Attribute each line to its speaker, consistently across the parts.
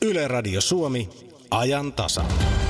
Speaker 1: Yle Radio Suomi, ajan tasa.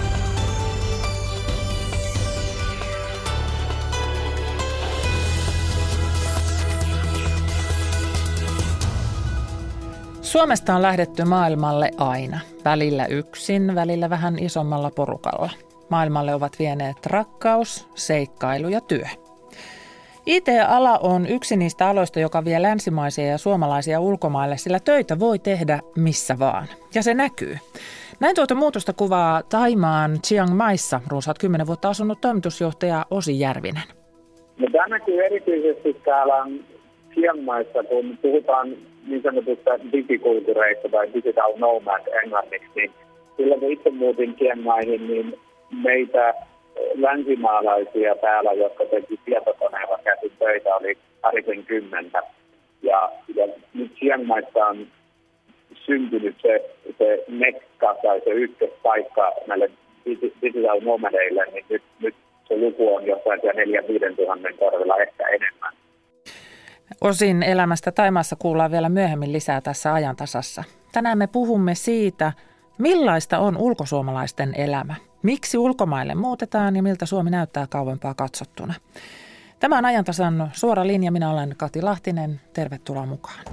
Speaker 2: Suomesta on lähdetty maailmalle aina. Välillä yksin, välillä vähän isommalla porukalla. Maailmalle ovat vieneet rakkaus, seikkailu ja työ. IT-ala on yksi niistä aloista, joka vie länsimaisia ja suomalaisia ulkomaille, sillä töitä voi tehdä missä vaan. Ja se näkyy. Näin tuota muutosta kuvaa Thaimaan Chiang Maissa runsaat 10 vuotta asunut toimitusjohtaja Osi Järvinen.
Speaker 3: No, tämä näkyy erityisesti täällä Chiang Maissa, kun puhutaan niin sanotusta digikultureista tai digital nomad englanniksi, niin silloin kun itse muutin Chiang Maihin, niin meitä länsimaalaisia täällä, jotka teki tietokoneella käsin töitä, oli 20. Ja nyt Chiang Maissa on syntynyt se mekka tai se ykköspaikka näille digital nomadeille, niin nyt se luku on jossain 4-5 tuhannen korvilla, ehkä enemmän.
Speaker 2: Osin elämästä Thaimaassa kuullaan vielä myöhemmin lisää tässä ajantasassa. Tänään me puhumme siitä, millaista on ulkosuomalaisten elämä. Miksi ulkomaille muutetaan ja miltä Suomi näyttää kauempaa katsottuna. Tämä on ajantasan suora linja. Minä olen Kati Lahtinen. Tervetuloa mukaan.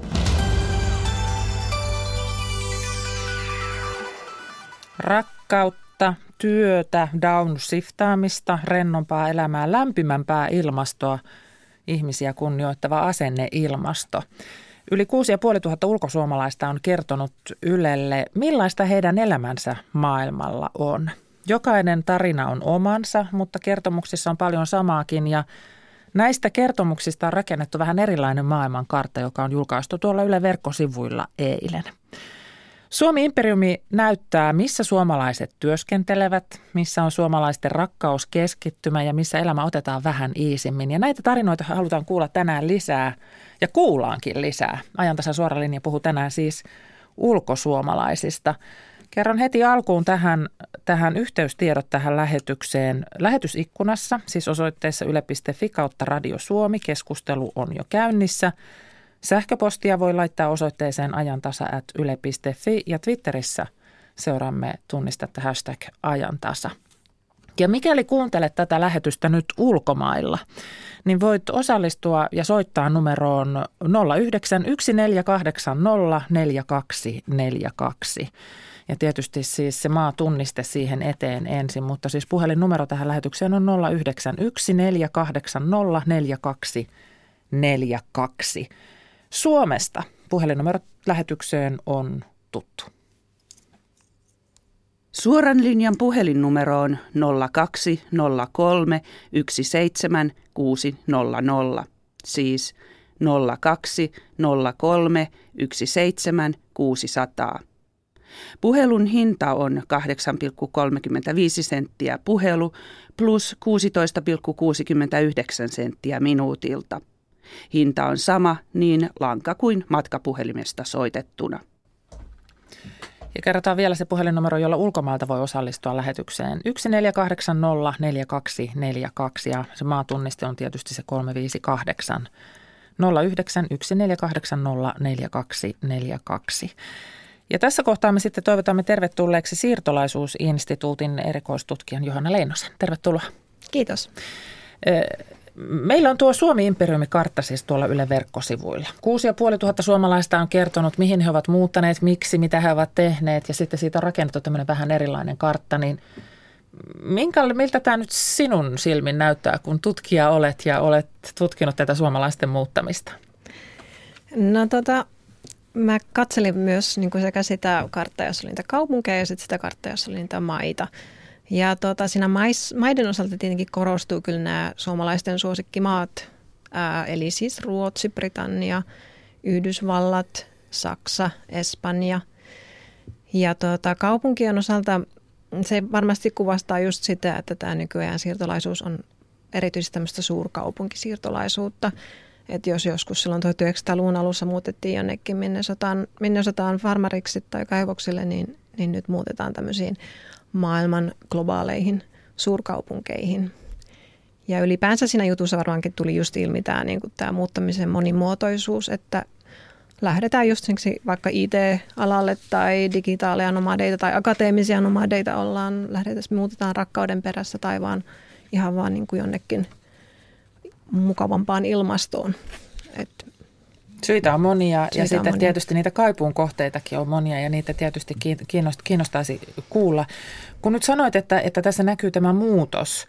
Speaker 2: Rakkautta, työtä, downshiftaamista, rennompaa elämää, lämpimämpää ilmastoa, ihmisiä kunnioittava asenneilmasto. Yli 6500 ulkosuomalaista on kertonut Ylelle, millaista heidän elämänsä maailmalla on. Jokainen tarina on omansa, mutta kertomuksissa on paljon samaakin ja näistä kertomuksista on rakennettu vähän erilainen maailmankartta, joka on julkaistu tuolla Yle verkkosivuilla eilen. Suomi-imperiumi näyttää, missä suomalaiset työskentelevät, missä on suomalaisten rakkauskeskittymä ja missä elämä otetaan vähän iisimmin. Ja näitä tarinoita halutaan kuulla tänään lisää ja kuullaankin lisää. Ajantasan suora linja puhuu tänään siis ulkosuomalaisista. Kerron heti alkuun tähän yhteystiedot tähän lähetykseen. Lähetysikkunassa, siis osoitteessa yle.fi/Radio Suomi. Keskustelu on jo käynnissä. Sähköpostia voi laittaa osoitteeseen ajantasa@yle.fi ja Twitterissä seuraamme tunnistatte #ajantasa. Ja mikäli kuuntelet tätä lähetystä nyt ulkomailla, niin voit osallistua ja soittaa numeroon 0914804242. Ja tietysti siis se maatunniste siihen eteen ensin, mutta siis puhelinnumero tähän lähetykseen on 0914804242. Suomesta puhelinnumero lähetykseen on tuttu.
Speaker 4: Suoran linjan puhelinnumero on 0203 17600, siis 0203 17600. Puhelun hinta on 8,35 senttiä puhelu plus 16,69 senttiä minuutilta. Hinta on sama niin lanka- kuin matkapuhelimesta soitettuna.
Speaker 2: Ja kerrotaan vielä se puhelinnumero, jolla ulkomailta voi osallistua lähetykseen. 14804242 ja se maatunniste on tietysti se 358 0914804242. Ja tässä kohtaa me sitten toivotamme tervetulleeksi Siirtolaisuusinstituutin erikoistutkijan Johanna Leinosen. Tervetuloa.
Speaker 5: Kiitos.
Speaker 2: Meillä on tuo Suomi-imperiumi-kartta siis tuolla Yle verkkosivuilla. 6500 suomalaista on kertonut, mihin he ovat muuttaneet, miksi, mitä he ovat tehneet ja sitten siitä on rakennettu tämmöinen vähän erilainen kartta. Niin miltä tämä nyt sinun silmin näyttää, kun tutkija olet ja olet tutkinut tätä suomalaisten muuttamista?
Speaker 5: No mä katselin myös niin kuin sekä sitä karttaa, jossa oli niitä kaupunkeja ja sitten sitä karttaa, jossa oli niitä maita. Ja siinä maiden osalta tietenkin korostuu kyllä nämä suomalaisten suosikkimaat, eli siis Ruotsi, Britannia, Yhdysvallat, Saksa, Espanja. Ja kaupunkien osalta se varmasti kuvastaa just sitä, että tämä nykyään siirtolaisuus on erityisesti tämmöistä suurkaupunkisiirtolaisuutta. Että jos joskus silloin 1900-luvun alussa muutettiin jonnekin Minnesotaan farmariksi tai kaivoksille, niin nyt muutetaan tämmöisiin maailman globaaleihin suurkaupunkeihin. Ja ylipäänsä siinä jutussa varmaankin tuli just ilmi tämä muuttamisen monimuotoisuus, että lähdetään just vaikka IT-alalle tai digitaaleja nomadeita tai akateemisia nomadeita muutetaan rakkauden perässä tai vaan ihan vaan niin kuin jonnekin mukavampaan ilmastoon.
Speaker 2: Syitä on monia ja sitten tietysti niitä kaipuun kohteitakin on monia ja niitä tietysti kiinnostaisi kuulla. Kun nyt sanoit, että tässä näkyy tämä muutos,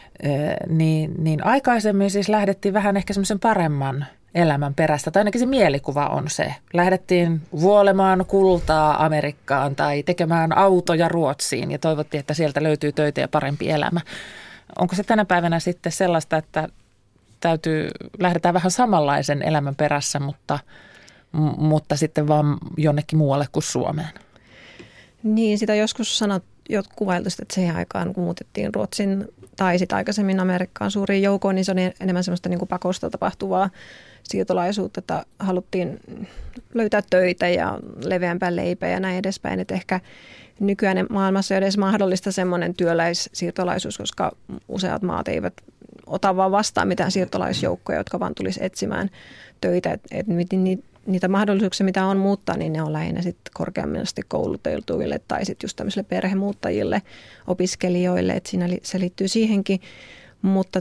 Speaker 2: niin aikaisemmin siis lähdettiin vähän ehkä semmoisen paremman elämän perästä, tai ainakin se mielikuva on se. Lähdettiin vuolemaan kultaa Amerikkaan tai tekemään autoja Ruotsiin ja toivottiin, että sieltä löytyy töitä ja parempi elämä. Onko se tänä päivänä sitten sellaista, että lähdetään vähän samanlaisen elämän perässä, mutta sitten vaan jonnekin muualle kuin Suomeen?
Speaker 5: Niin, sitä joskus kuvailtu, että siihen aikaan, kun muutettiin Ruotsin tai sitten aikaisemmin Amerikkaan suuriin joukoon, niin se oli enemmän semmoista niin kuin pakosta tapahtuvaa siirtolaisuutta, että haluttiin löytää töitä ja leveämpää leipää ja näin edespäin. Että ehkä nykyään maailmassa ei ole edes mahdollista semmoinen työläissiirtolaisuus, koska useat maat eivät ota vaan vastaan mitään siirtolaisjoukkoja, jotka vaan tulisi etsimään töitä. Niitä mahdollisuuksia, mitä on muuttaa, niin ne on lähinnä sitten korkeammasti koulutettuille tai sitten just tämmöisille perhemuuttajille, opiskelijoille, että se liittyy siihenkin. Mutta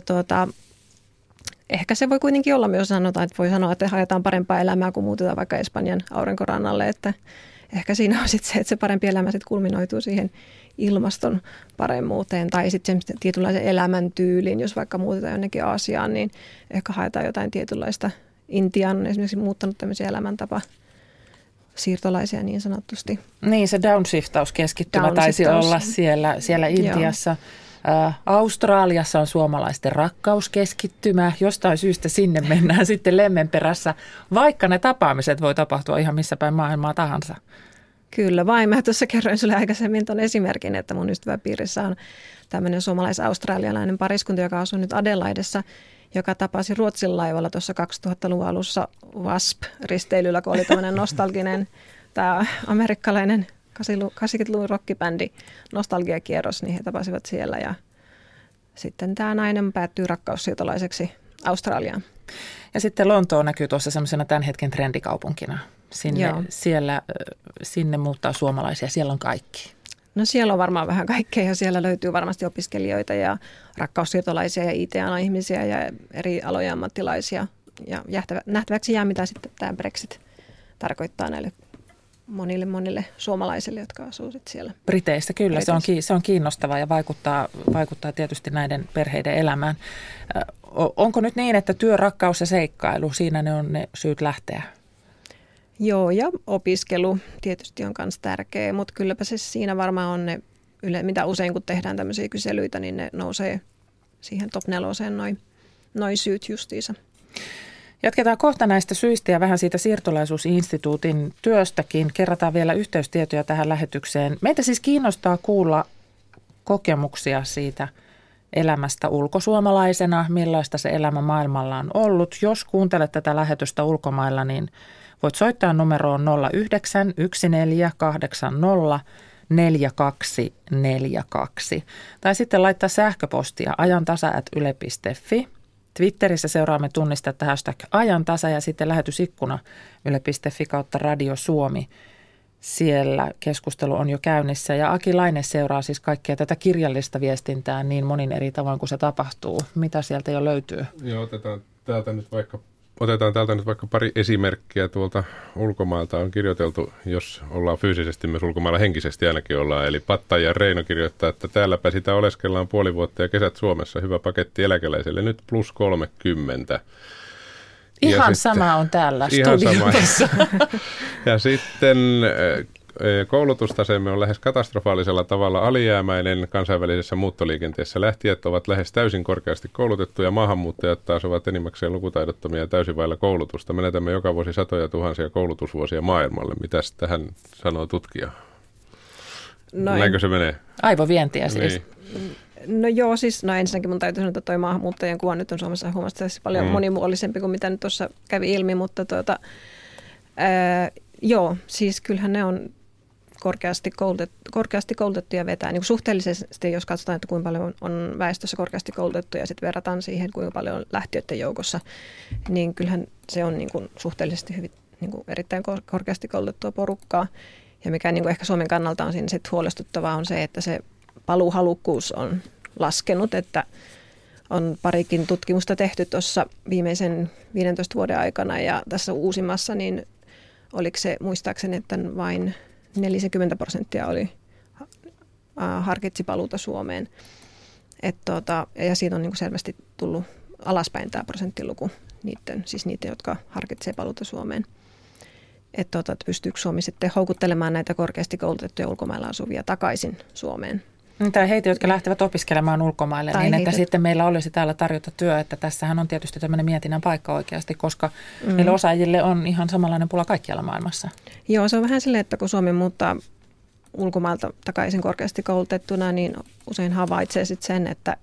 Speaker 5: ehkä se voi kuitenkin olla myös voi sanoa, että haetaan parempaa elämää, kun muutetaan vaikka Espanjan aurinkorannalle, että ehkä siinä on sitten se, että se parempi elämä sitten kulminoituu siihen ilmaston paremmuuteen tai sitten tietynlaisen elämäntyylin, jos vaikka muutetaan jonnekin Aasiaan, niin ehkä haetaan jotain tietynlaista. Intia on esimerkiksi muuttanut tämmöisiä elämäntapa siirtolaisia niin sanotusti.
Speaker 2: Niin, se downshiftauskeskittymä taisi olla siellä Intiassa. Australiassa on suomalaisten rakkauskeskittymä. Jostain syystä sinne mennään sitten lemmen perässä, vaikka ne tapaamiset voi tapahtua ihan missä päin maailmaa tahansa.
Speaker 5: Kyllä vain. Mä tuossa kerroin sulle aikaisemmin tuon esimerkin, että mun ystäväpiirissä on tämmöinen suomalais-australialainen pariskunta, joka asuu nyt Adelaidessa, joka tapasi Ruotsin laivalla tuossa 2000-luvun alussa WASP-risteilyllä, kun oli tämmöinen nostalginen, tämä amerikkalainen 80-luvun rockibändi nostalgiakierros, niin he tapasivat siellä ja sitten tämä nainen päättyi rakkaussiirtolaiseksi Australiaan.
Speaker 2: Ja sitten Lontoo näkyy tuossa semmoisena tämän hetken trendikaupunkina. Sinne muuttaa suomalaisia, siellä on kaikki.
Speaker 5: No siellä on varmaan vähän kaikkea ja siellä löytyy varmasti opiskelijoita ja rakkaussiirtolaisia ja IT-ihmisiä ja eri alojen ammattilaisia. Ja nähtäväksi jää, mitä sitten tämä Brexit tarkoittaa näille monille suomalaisille, jotka asuu sitten siellä.
Speaker 2: Briteistä kyllä, se on kiinnostavaa ja vaikuttaa tietysti näiden perheiden elämään. Onko nyt niin, että työ, rakkaus ja seikkailu, siinä ne on ne syyt lähteä?
Speaker 5: Joo, ja opiskelu tietysti on myös tärkeä, mutta kylläpä se siinä varmaan on ne, mitä usein kun tehdään tämmöisiä kyselyitä, niin ne nousee siihen top 4 noi syyt justiinsa.
Speaker 2: Jatketaan kohta näistä syistä ja vähän siitä siirtolaisuusinstituutin työstäkin. Kerrataan vielä yhteystietoja tähän lähetykseen. Meitä siis kiinnostaa kuulla kokemuksia siitä elämästä ulkosuomalaisena, millaista se elämä maailmalla on ollut. Jos kuuntelet tätä lähetystä ulkomailla, niin voit soittaa numeroon 0914804242 tai sitten laittaa sähköpostia ajantasa@yle.fi. Twitterissä seuraamme tunnistetta hashtag ajantasa ja sitten lähetysikkuna yle.fi/Radio Suomi. Siellä keskustelu on jo käynnissä ja Aki Laine seuraa siis kaikkea tätä kirjallista viestintää niin monin eri tavoin kuin se tapahtuu. Mitä sieltä jo löytyy?
Speaker 6: Joo, otetaan täältä nyt vaikka pari esimerkkiä tuolta ulkomailta on kirjoiteltu, jos ollaan fyysisesti myös ulkomailla, henkisesti ainakin ollaan. Eli Patta ja Reino kirjoittaa, että täälläpä sitä oleskellaan puoli vuotta ja kesät Suomessa. Hyvä paketti eläkeläiselle, nyt +30.
Speaker 2: Ihan sama on täällä studiossa.
Speaker 6: Ja sitten koulutustaseemme on lähes katastrofaalisella tavalla alijäämäinen kansainvälisessä muuttoliikenteessä. Lähtijät ovat lähes täysin korkeasti koulutettuja, maahanmuuttajat taas ovat enimmäkseen lukutaidottomia ja täysin vailla koulutusta. Menetämme joka vuosi satoja tuhansia koulutusvuosia maailmalle. Mitäs tähän sanoo tutkija? Näinkö se menee?
Speaker 2: Aivovientiä siis.
Speaker 6: Niin.
Speaker 5: No joo, siis ensinnäkin mun täytyy sanoa, että toi maahanmuuttajien kuva nyt on Suomessa huomattavasti paljon monimuotoisempi kuin mitä nyt tuossa kävi ilmi, mutta joo, siis kyllähän ne on korkeasti koulutettuja vetää. Niin suhteellisesti, jos katsotaan, että kuinka paljon on väestössä korkeasti koulutettuja ja sitten verrataan siihen, kuinka paljon on lähtiöiden joukossa, niin kyllähän se on niin kuin suhteellisesti niin kuin erittäin korkeasti koulutettua porukkaa. Ja mikä niin kuin ehkä Suomen kannalta on siinä sit huolestuttavaa on se, että se paluuhalukkuus on laskenut, että on parikin tutkimusta tehty tuossa viimeisen 15 vuoden aikana ja tässä uusimmassa, niin oliko se muistaakseni, että vain 40% harkitsi paluuta Suomeen. Ja siitä on niin kuin selvästi tullut alaspäin tämä prosenttiluku niiden, jotka harkitsee paluuta Suomeen. Että pystyykö Suomi sitten houkuttelemaan näitä korkeasti koulutettuja ulkomailla asuvia takaisin Suomeen.
Speaker 2: Tai heitä, jotka lähtevät opiskelemaan ulkomaille, tai niin että sitten meillä olisi täällä tarjota työ, että tässähän on tietysti tämmöinen mietinnän paikka oikeasti, koska meillä osaajille on ihan samanlainen pula kaikkialla maailmassa.
Speaker 5: Joo, se on vähän silleen, että kun Suomi muuttaa ulkomailta takaisin korkeasti koulutettuna, niin usein havaitsee sitten sen, että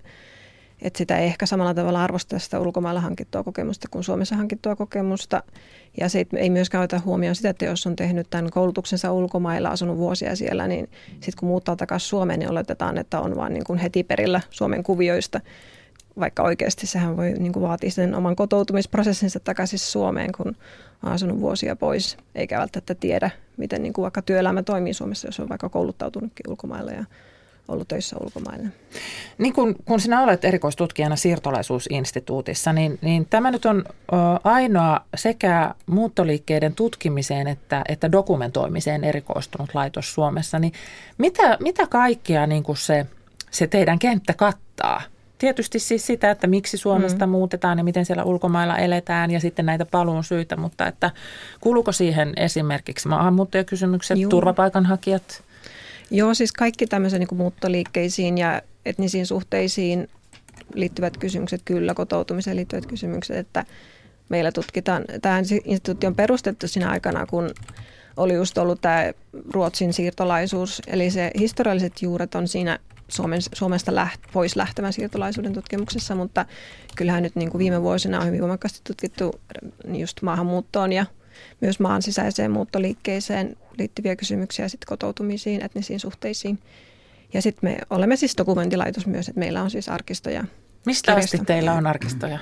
Speaker 5: sitä ei ehkä samalla tavalla arvosteta sitä ulkomailla hankittua kokemusta kuin Suomessa hankittua kokemusta. Ja se ei myöskään ota huomioon sitä, että jos on tehnyt tämän koulutuksensa ulkomailla, asunut vuosia siellä, niin sitten kun muuttaa takaisin Suomeen, niin oletetaan, että on vaan niin kuin heti perillä Suomen kuvioista. Vaikka oikeasti sehän voi niin kuin vaatia sen oman kotoutumisprosessinsa takaisin Suomeen, kun on asunut vuosia pois, eikä välttämättä tiedä, miten niin kuin vaikka työelämä toimii Suomessa, jos on vaikka kouluttautunutkin ulkomailla ja ollut töissä ulkomaille.
Speaker 2: Niin kun sinä olet erikoistutkijana siirtolaisuusinstituutissa, niin tämä nyt on ainoa sekä muuttoliikkeiden tutkimiseen että dokumentoimiseen erikoistunut laitos Suomessa. Niin mitä kaikkea niin kuin se teidän kenttä kattaa? Tietysti siis sitä, että miksi Suomesta muutetaan ja miten siellä ulkomailla eletään ja sitten näitä paluun syitä, mutta että kuuluuko siihen esimerkiksi maahanmuuttajakysymykset, turvapaikanhakijat?
Speaker 5: Joo, siis kaikki tämmöisen niin kuin muuttoliikkeisiin ja etnisiin suhteisiin liittyvät kysymykset, kyllä kotoutumiseen liittyvät kysymykset, että meillä tutkitaan, tämä instituutti on perustettu siinä aikana, kun oli just ollut tämä Ruotsin siirtolaisuus, eli se historialliset juuret on siinä Suomesta pois lähtevän siirtolaisuuden tutkimuksessa, mutta kyllähän nyt niin kuin viime vuosina on hyvin voimakkaasti tutkittu just maahanmuuttoon ja myös maan sisäiseen muuttoliikkeeseen liittyviä kysymyksiä sitten kotoutumisiin, etnisiin suhteisiin. Ja sitten me olemme siis dokumentilaitos myös, että meillä on siis arkistoja.
Speaker 2: Mistä asti teillä on arkistoja?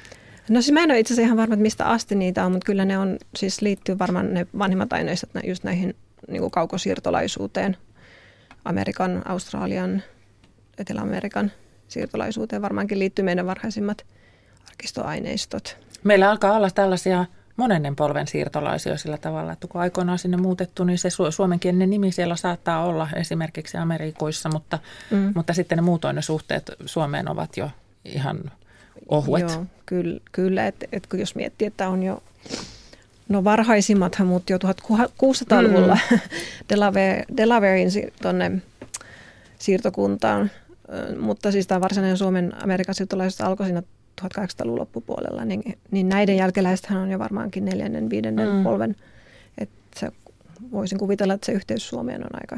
Speaker 5: No siis mä en ole itse asiassa ihan varma, että mistä asti niitä on, mutta kyllä ne on, siis liittyy varmaan ne vanhimmat aineistot just näihin niin kuin kaukosiirtolaisuuteen, Amerikan, Australian, Etelä-Amerikan siirtolaisuuteen varmaankin liittyy meidän varhaisimmat arkistoaineistot.
Speaker 2: Meillä alkaa olla tällaisia monennen polven siirtolaisia sillä tavalla, että kun aikoinaan sinne muutettu, niin se suomenkielinen nimi siellä saattaa olla esimerkiksi Amerikoissa, mutta sitten ne muutoin suhteet Suomeen ovat jo ihan ohuet. Joo,
Speaker 5: kyllä että jos miettii, että on jo, no varhaisimmathan muutti jo 1600-luvulla Delawarein tuonne siirtokuntaan, mutta siis tämä varsinainen Suomen Amerikan siirtolaisuus alkoi siinä 1800-luvun loppupuolella, niin näiden jälkeläisethän on jo varmaankin 4., 5. polven. Että voisin kuvitella, että se yhteys Suomeen on aika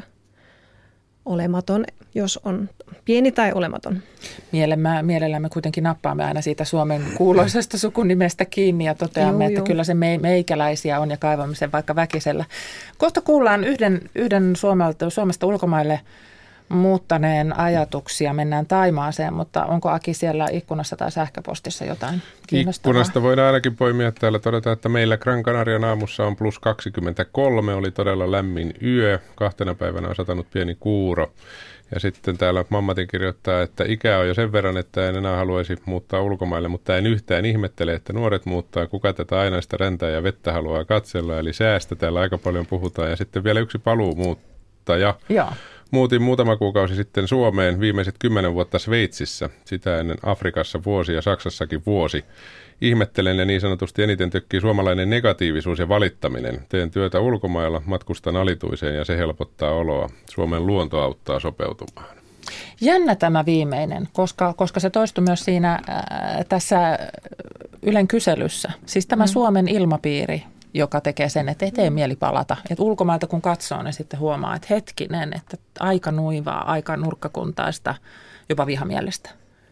Speaker 5: olematon, jos on pieni tai olematon.
Speaker 2: Mielellämme kuitenkin nappaamme aina siitä Suomen kuuloisesta sukunimestä kiinni ja toteamme, että kyllä se meikäläisiä on ja kaivamme sen vaikka väkisellä. Kohta kuullaan yhden Suomesta ulkomaille muuttaneen ajatuksia. Mennään Taimaaseen, mutta onko Aki siellä ikkunassa tai sähköpostissa jotain kiinnostavaa?
Speaker 6: Ikkunasta voidaan ainakin poimia. Täällä todetaan, että meillä Gran Canarian aamussa on +23. Oli todella lämmin yö. 2 päivänä on satanut pieni kuuro. Ja sitten täällä Mammatin kirjoittaa, että ikää on jo sen verran, että en enää haluaisi muuttaa ulkomaille, mutta en yhtään ihmettele, että nuoret muuttaa. Kuka tätä ainaista räntää ja vettä haluaa katsella. Eli säästä täällä aika paljon puhutaan. Ja sitten vielä yksi paluumuuttaja.
Speaker 2: Joo.
Speaker 6: Muutin muutama kuukausi sitten Suomeen, viimeiset 10 vuotta Sveitsissä, sitä ennen Afrikassa vuosi ja Saksassakin vuosi. Ihmettelen ja niin sanotusti eniten tökkii suomalainen negatiivisuus ja valittaminen. Teen työtä ulkomailla, matkustan alituiseen ja se helpottaa oloa. Suomen luonto auttaa sopeutumaan.
Speaker 2: Jännä tämä viimeinen, koska se toistui myös siinä tässä Ylen kyselyssä. Siis tämä Suomen ilmapiiri, joka tekee sen, että ei tee mieli palata. Että ulkomailta kun katsoo, niin sitten huomaa, että hetkinen, että aika nuivaa, aika nurkkakuntaista, jopa vihamielestä.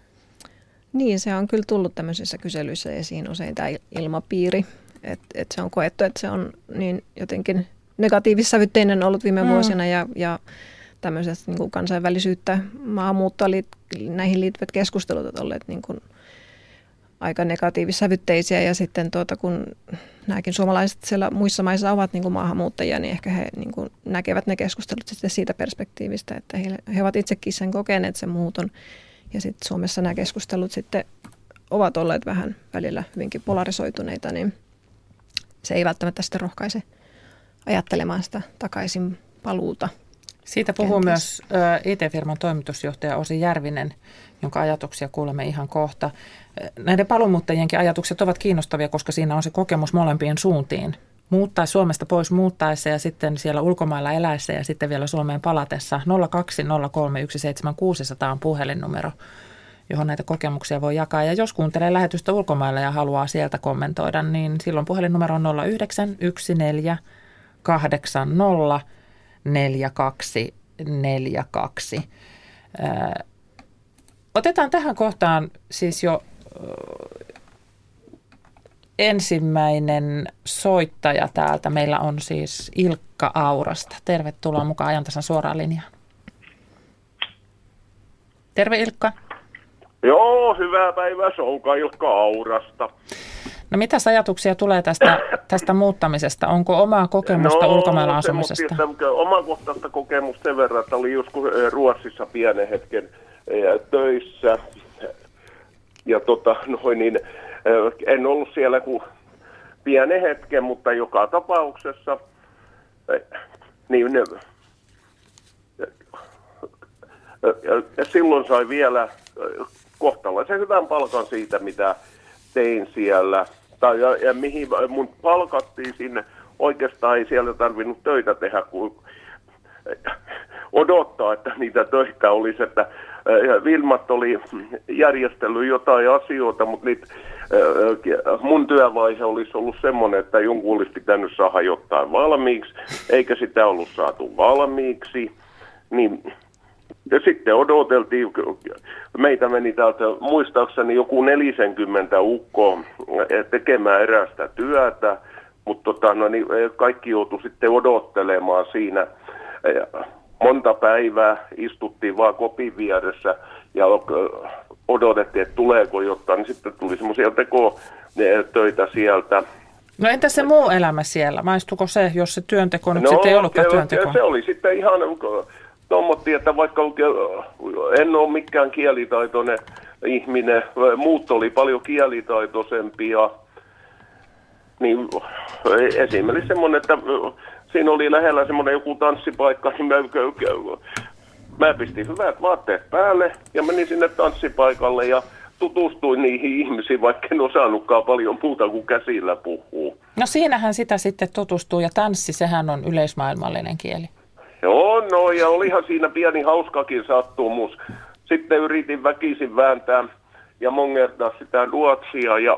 Speaker 5: Niin, se on kyllä tullut tämmöisissä kyselyissä esiin usein tämä ilmapiiri. Että se on koettu, että se on niin jotenkin negatiivissävytteinen ollut viime vuosina ja tämmöisestä niin kuin kansainvälisyyttä, maahanmuuttoa, näihin liittyvät keskustelut ovat olleet niin kuin aika negatiivissävytteisiä ja sitten kun nämäkin suomalaiset siellä muissa maissa ovat niin kuin maahanmuuttajia, niin ehkä he niin kuin näkevät ne keskustelut sitten siitä perspektiivistä, että he ovat itsekin sen kokeneet sen muuton ja sitten Suomessa nämä keskustelut sitten ovat olleet vähän välillä hyvinkin polarisoituneita, niin se ei välttämättä sitten rohkaise ajattelemaan sitä takaisin paluuta.
Speaker 2: Siitä puhuu myös IT-firman toimitusjohtaja Osi Järvinen, jonka ajatuksia kuulemme ihan kohta. Näiden paluumuuttajienkin ajatukset ovat kiinnostavia, koska siinä on se kokemus molempiin suuntiin. Muuttaa Suomesta pois muuttaessa ja sitten siellä ulkomailla eläessä ja sitten vielä Suomeen palatessa. 020317600 on puhelinnumero, johon näitä kokemuksia voi jakaa. Ja jos kuuntelee lähetystä ulkomailla ja haluaa sieltä kommentoida, niin silloin puhelinnumero on 0914804242. Otetaan tähän kohtaan siis jo ensimmäinen soittaja täältä. Meillä on siis Ilkka Aurasta. Tervetuloa mukaan Ajantasan suoraan linjaan. Terve Ilkka.
Speaker 7: Joo, hyvää päivää. Souka Ilkka Aurasta.
Speaker 2: No mitäs ajatuksia tulee tästä muuttamisesta? Onko omaa kokemusta ulkomailla asumisesta?
Speaker 7: Omakohtaista kokemusta sen verran, että oli joskus Ruotsissa pienen hetken töissä. Ja en ollut siellä kuin pienen hetken, mutta joka tapauksessa silloin sai vielä kohtalaisen hyvän palkan siitä, mitä tein siellä. Ja mihin mun palkattiin sinne, oikeastaan ei siellä tarvinnut töitä tehdä, kun odottaa, että niitä töitä olisi, että Vilmat oli järjestellyt jotain asioita, mutta mun työvaihe olisi ollut semmoinen, että jonkun olisi pitänyt saada jotain valmiiksi, eikä sitä ollut saatu valmiiksi, niin ja sitten odoteltiin, meitä meni täältä muistaakseni joku 40 ukkoa tekemään erästä työtä, mutta kaikki joutui sitten odottelemaan siinä. Monta päivää istuttiin vaan kopin vieressä ja odotettiin, että tuleeko jotain, niin sitten tuli semmoisia tekotöitä sieltä.
Speaker 2: No entäs se muu elämä siellä? Maistuko se, jos se työnteko nyt sitten ei ollutkaan työnteko?
Speaker 7: Se oli sitten ihan tommottiin, että vaikka en ole mikään kielitaitoinen ihminen, muut oli paljon kielitaitoisempia, niin esimerkiksi semmoinen, että siinä oli lähellä semmoinen joku tanssipaikka, niin mä pistin hyvät vaatteet päälle ja menin sinne tanssipaikalle ja tutustuin niihin ihmisiin, vaikka en osannutkaan paljon muuta kuin käsillä puhuu.
Speaker 2: No siinähän sitä sitten tutustuu ja tanssi, sehän on yleismaailmallinen kieli.
Speaker 7: Joo, no ja olihan siinä pieni hauskakin sattumus. Sitten yritin väkisin vääntää ja mongertaa sitä ruotsia ja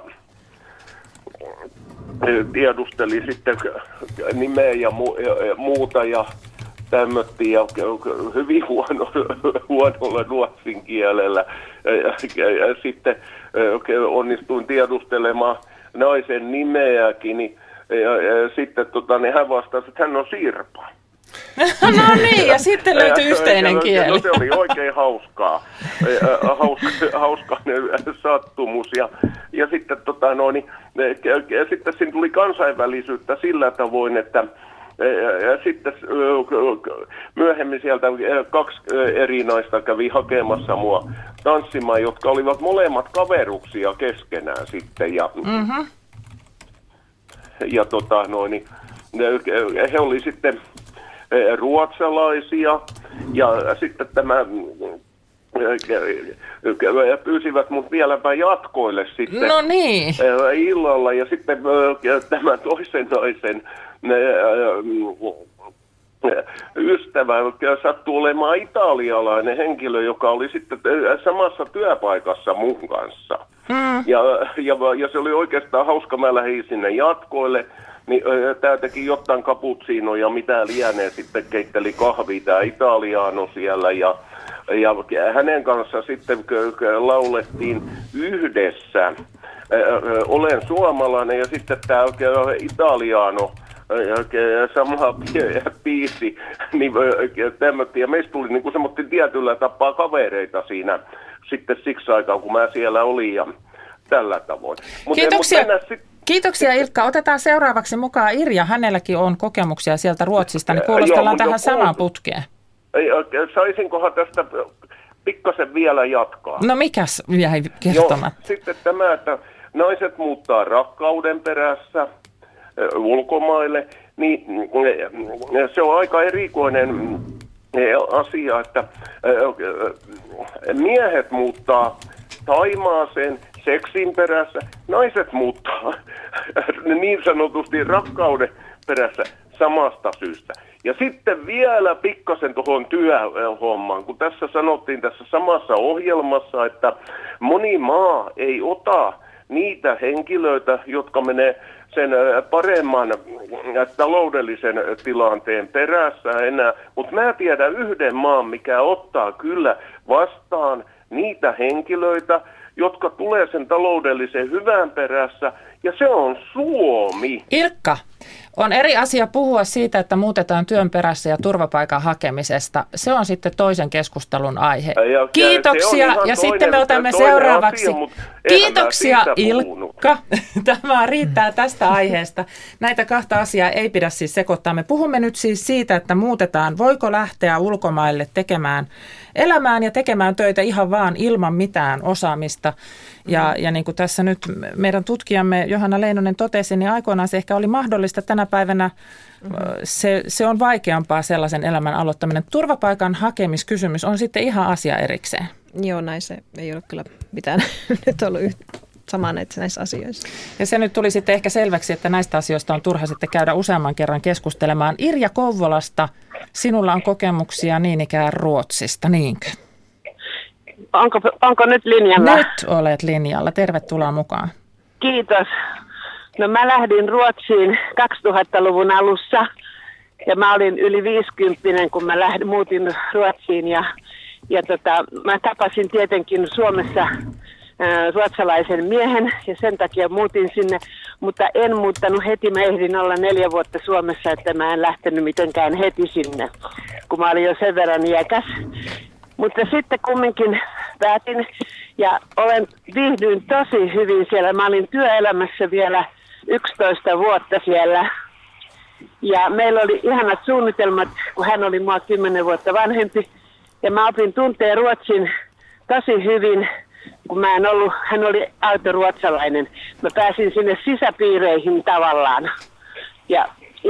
Speaker 7: tiedusteli sitten nimeä ja muuta ja tämmöttiin ja hyvin huonolla ruotsin kielellä. Ja sitten onnistuin tiedustelemaan naisen nimeäkin ja sitten hän vastasi, että hän on Sirpa.
Speaker 2: No niin, ja sitten löytyi yhteinen kieli.
Speaker 7: No se oli oikein hauskaa. Hauska sattumus. Ja sitten, sitten siinä tuli kansainvälisyyttä sillä tavoin, että sitten myöhemmin sieltä 2 eri naista kävi hakemassa mua tanssimaan, jotka olivat molemmat kaveruksia keskenään sitten. Ja he oli sitten ruotsalaisia ja sitten pyysivät mut vieläpä jatkoille sitten illalla ja sitten tämän toisen naisen ystävä sattui olemaan italialainen henkilö, joka oli sitten samassa työpaikassa mun kanssa. Ja se oli oikeastaan hauska, mä lähdin sinne jatkoille. Niin, tämä teki jotain cappuccinoa ja mitä lienee, sitten keitteli kahvia tämä italiano siellä ja hänen kanssa sitten laulettiin yhdessä Olen suomalainen ja sitten tämä italiano sama biisi, niin tämmöinen, ja meistä tuli niin semmoinen tietyllä tapaa kavereita siinä sitten siksi aikaan, kun mä siellä olin ja tällä tavoin.
Speaker 2: Kiitoksia Ilkka. Otetaan seuraavaksi mukaan Irja. Hänelläkin on kokemuksia sieltä Ruotsista, niin kuulostellaan tähän samaan putkeen.
Speaker 7: Saisinkohan tästä pikkasen vielä jatkaa?
Speaker 2: No mikäs jäi kertomatta?
Speaker 7: Sitten tämä, että naiset muuttaa rakkauden perässä ulkomaille, niin se on aika erikoinen asia, että miehet muuttaa Thaimaaseen seksin perässä, naiset muuttaa niin sanotusti rakkauden perässä samasta syystä. Ja sitten vielä pikkasen tuohon työhommaan, kun tässä sanottiin tässä samassa ohjelmassa, että moni maa ei ota niitä henkilöitä, jotka menee sen paremman taloudellisen tilanteen perässä enää. Mutta mä tiedän yhden maan, mikä ottaa kyllä vastaan niitä henkilöitä, jotka tulee sen taloudellisen hyvän perässä, ja se on Suomi.
Speaker 2: Ilkka, on eri asia puhua siitä, että muutetaan työn perässä ja turvapaikan hakemisesta. Se on sitten toisen keskustelun aihe. Kiitoksia, ja sitten me otamme seuraavaksi. Kiitoksia Ilkka. Tämä riittää tästä aiheesta. Näitä kahta asiaa ei pidä siis sekoittaa. Me puhumme nyt siis siitä, että muutetaan, voiko lähteä ulkomaille tekemään elämään ja tekemään töitä ihan vaan ilman mitään osaamista. Ja niin kuin tässä nyt meidän tutkijamme Johanna Leinonen totesi, niin aikoinaan se ehkä oli mahdollista. Tänä päivänä se on vaikeampaa sellaisen elämän aloittaminen. Turvapaikan hakemiskysymys on sitten ihan asia erikseen.
Speaker 5: Joo, näin se ei ole kyllä mitään nyt ollut samaa näissä asioissa.
Speaker 2: Ja se nyt tuli sitten ehkä selväksi, että näistä asioista on turha sitten käydä useamman kerran keskustelemaan. Irja Kouvolasta, sinulla on kokemuksia niin ikään Ruotsista, niinkö?
Speaker 8: Onko nyt linjalla?
Speaker 2: Nyt olet linjalla. Tervetuloa mukaan.
Speaker 8: Kiitos. No mä lähdin Ruotsiin 2000-luvun alussa ja mä olin yli 50, kun mä muutin Ruotsiin ja mä tapasin tietenkin Suomessa ruotsalaisen miehen ja sen takia muutin sinne, mutta en muuttanut heti. Mä ehdin olla 4 vuotta Suomessa, että mä en lähtenyt mitenkään heti sinne, kun mä olin jo sen verran iäkäs. Mutta sitten kumminkin päätin ja viihdyin tosi hyvin siellä. Mä olin työelämässä vielä 11 vuotta siellä. Ja meillä oli ihanat suunnitelmat, kun hän oli mua 10 vuotta vanhempi. Ja mä opin tuntea Ruotsin tosi hyvin, kun hän oli autoruotsalainen. Mä pääsin sinne sisäpiireihin tavallaan. Ja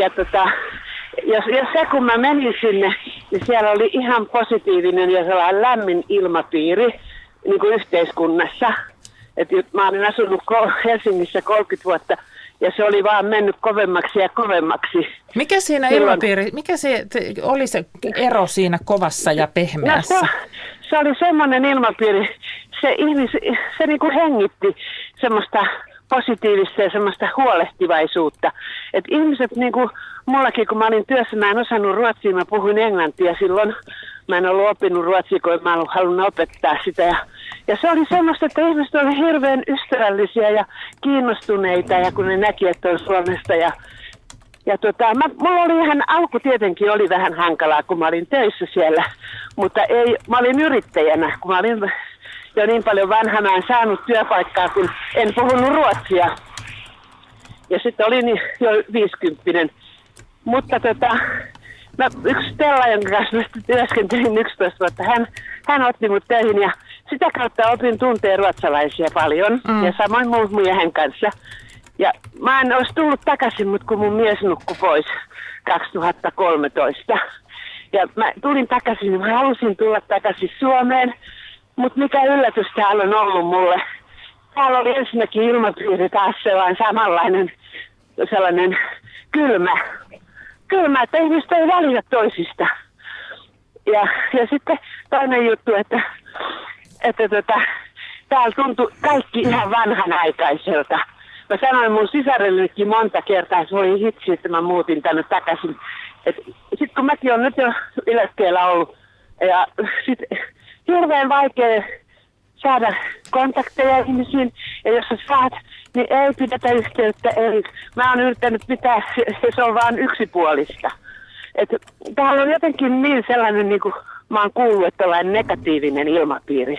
Speaker 8: se kun mä menin sinne, niin siellä oli ihan positiivinen ja sellainen lämmin ilmapiiri niin kuin yhteiskunnassa. Mä olin asunut Helsingissä 30 vuotta ja se oli vaan mennyt kovemmaksi ja kovemmaksi.
Speaker 2: Mikä siinä ilmapiiri, mikä oli se ero siinä kovassa ja pehmeässä?
Speaker 8: No, se oli semmoinen ilmapiiri, se niin kuin hengitti semmoista positiivista ja semmoista huolehtivaisuutta. Että ihmiset, niin kuin mullakin, kun mä olin työssä, mä en osannut ruotsia, mä puhuin englantia silloin. Mä en ollut oppinut ruotsia, kun mä en ollut halunnut opettaa sitä. Ja se oli semmoista, että ihmiset oli hirveän ystävällisiä ja kiinnostuneita, ja kun ne näki, että on Suomesta. Mulla oli alku tietenkin oli vähän hankalaa, kun mä olin töissä siellä, mutta mä olin yrittäjänä, kun mä olin jo niin paljon vanha, mä en saanut työpaikkaa, kun en puhunut ruotsia. Ja sitten olin jo 50. Mutta yksi Stella, jonka kanssa mä työskentelin 11 vuotta, hän otti mut töihin ja sitä kautta opin tuntea ruotsalaisia paljon ja samoin mun miehen kanssa. Ja mä en olisi tullut takaisin, mutta kun mun mies nukkui pois 2013. Ja mä tulin takaisin, mä halusin tulla takaisin Suomeen, mutta mikä yllätys täällä on ollut mulle. Täällä oli ensinnäkin ilmapiiri taas sellainen samanlainen, sellainen kylmä, että ihmiset ei välitä toisista. Ja sitten toinen juttu, että täällä tuntui kaikki ihan vanhanaikaiselta. Mä sanoin mun sisarellekin monta kertaa, että voi hitsi, että mä muutin tänne takaisin. Sitten kun mäkin olen nyt jo eläkkeellä ollut, ja sitten hirveän vaikea saada kontakteja ihmisiin, ja jos sä saat, niin ei pidetä yhteyttä. Mä oon yrittänyt pitää, se on vaan yksipuolista. Täällä on jotenkin niin sellainen, niin kuin mä oon kuullut, että tällainen negatiivinen ilmapiiri.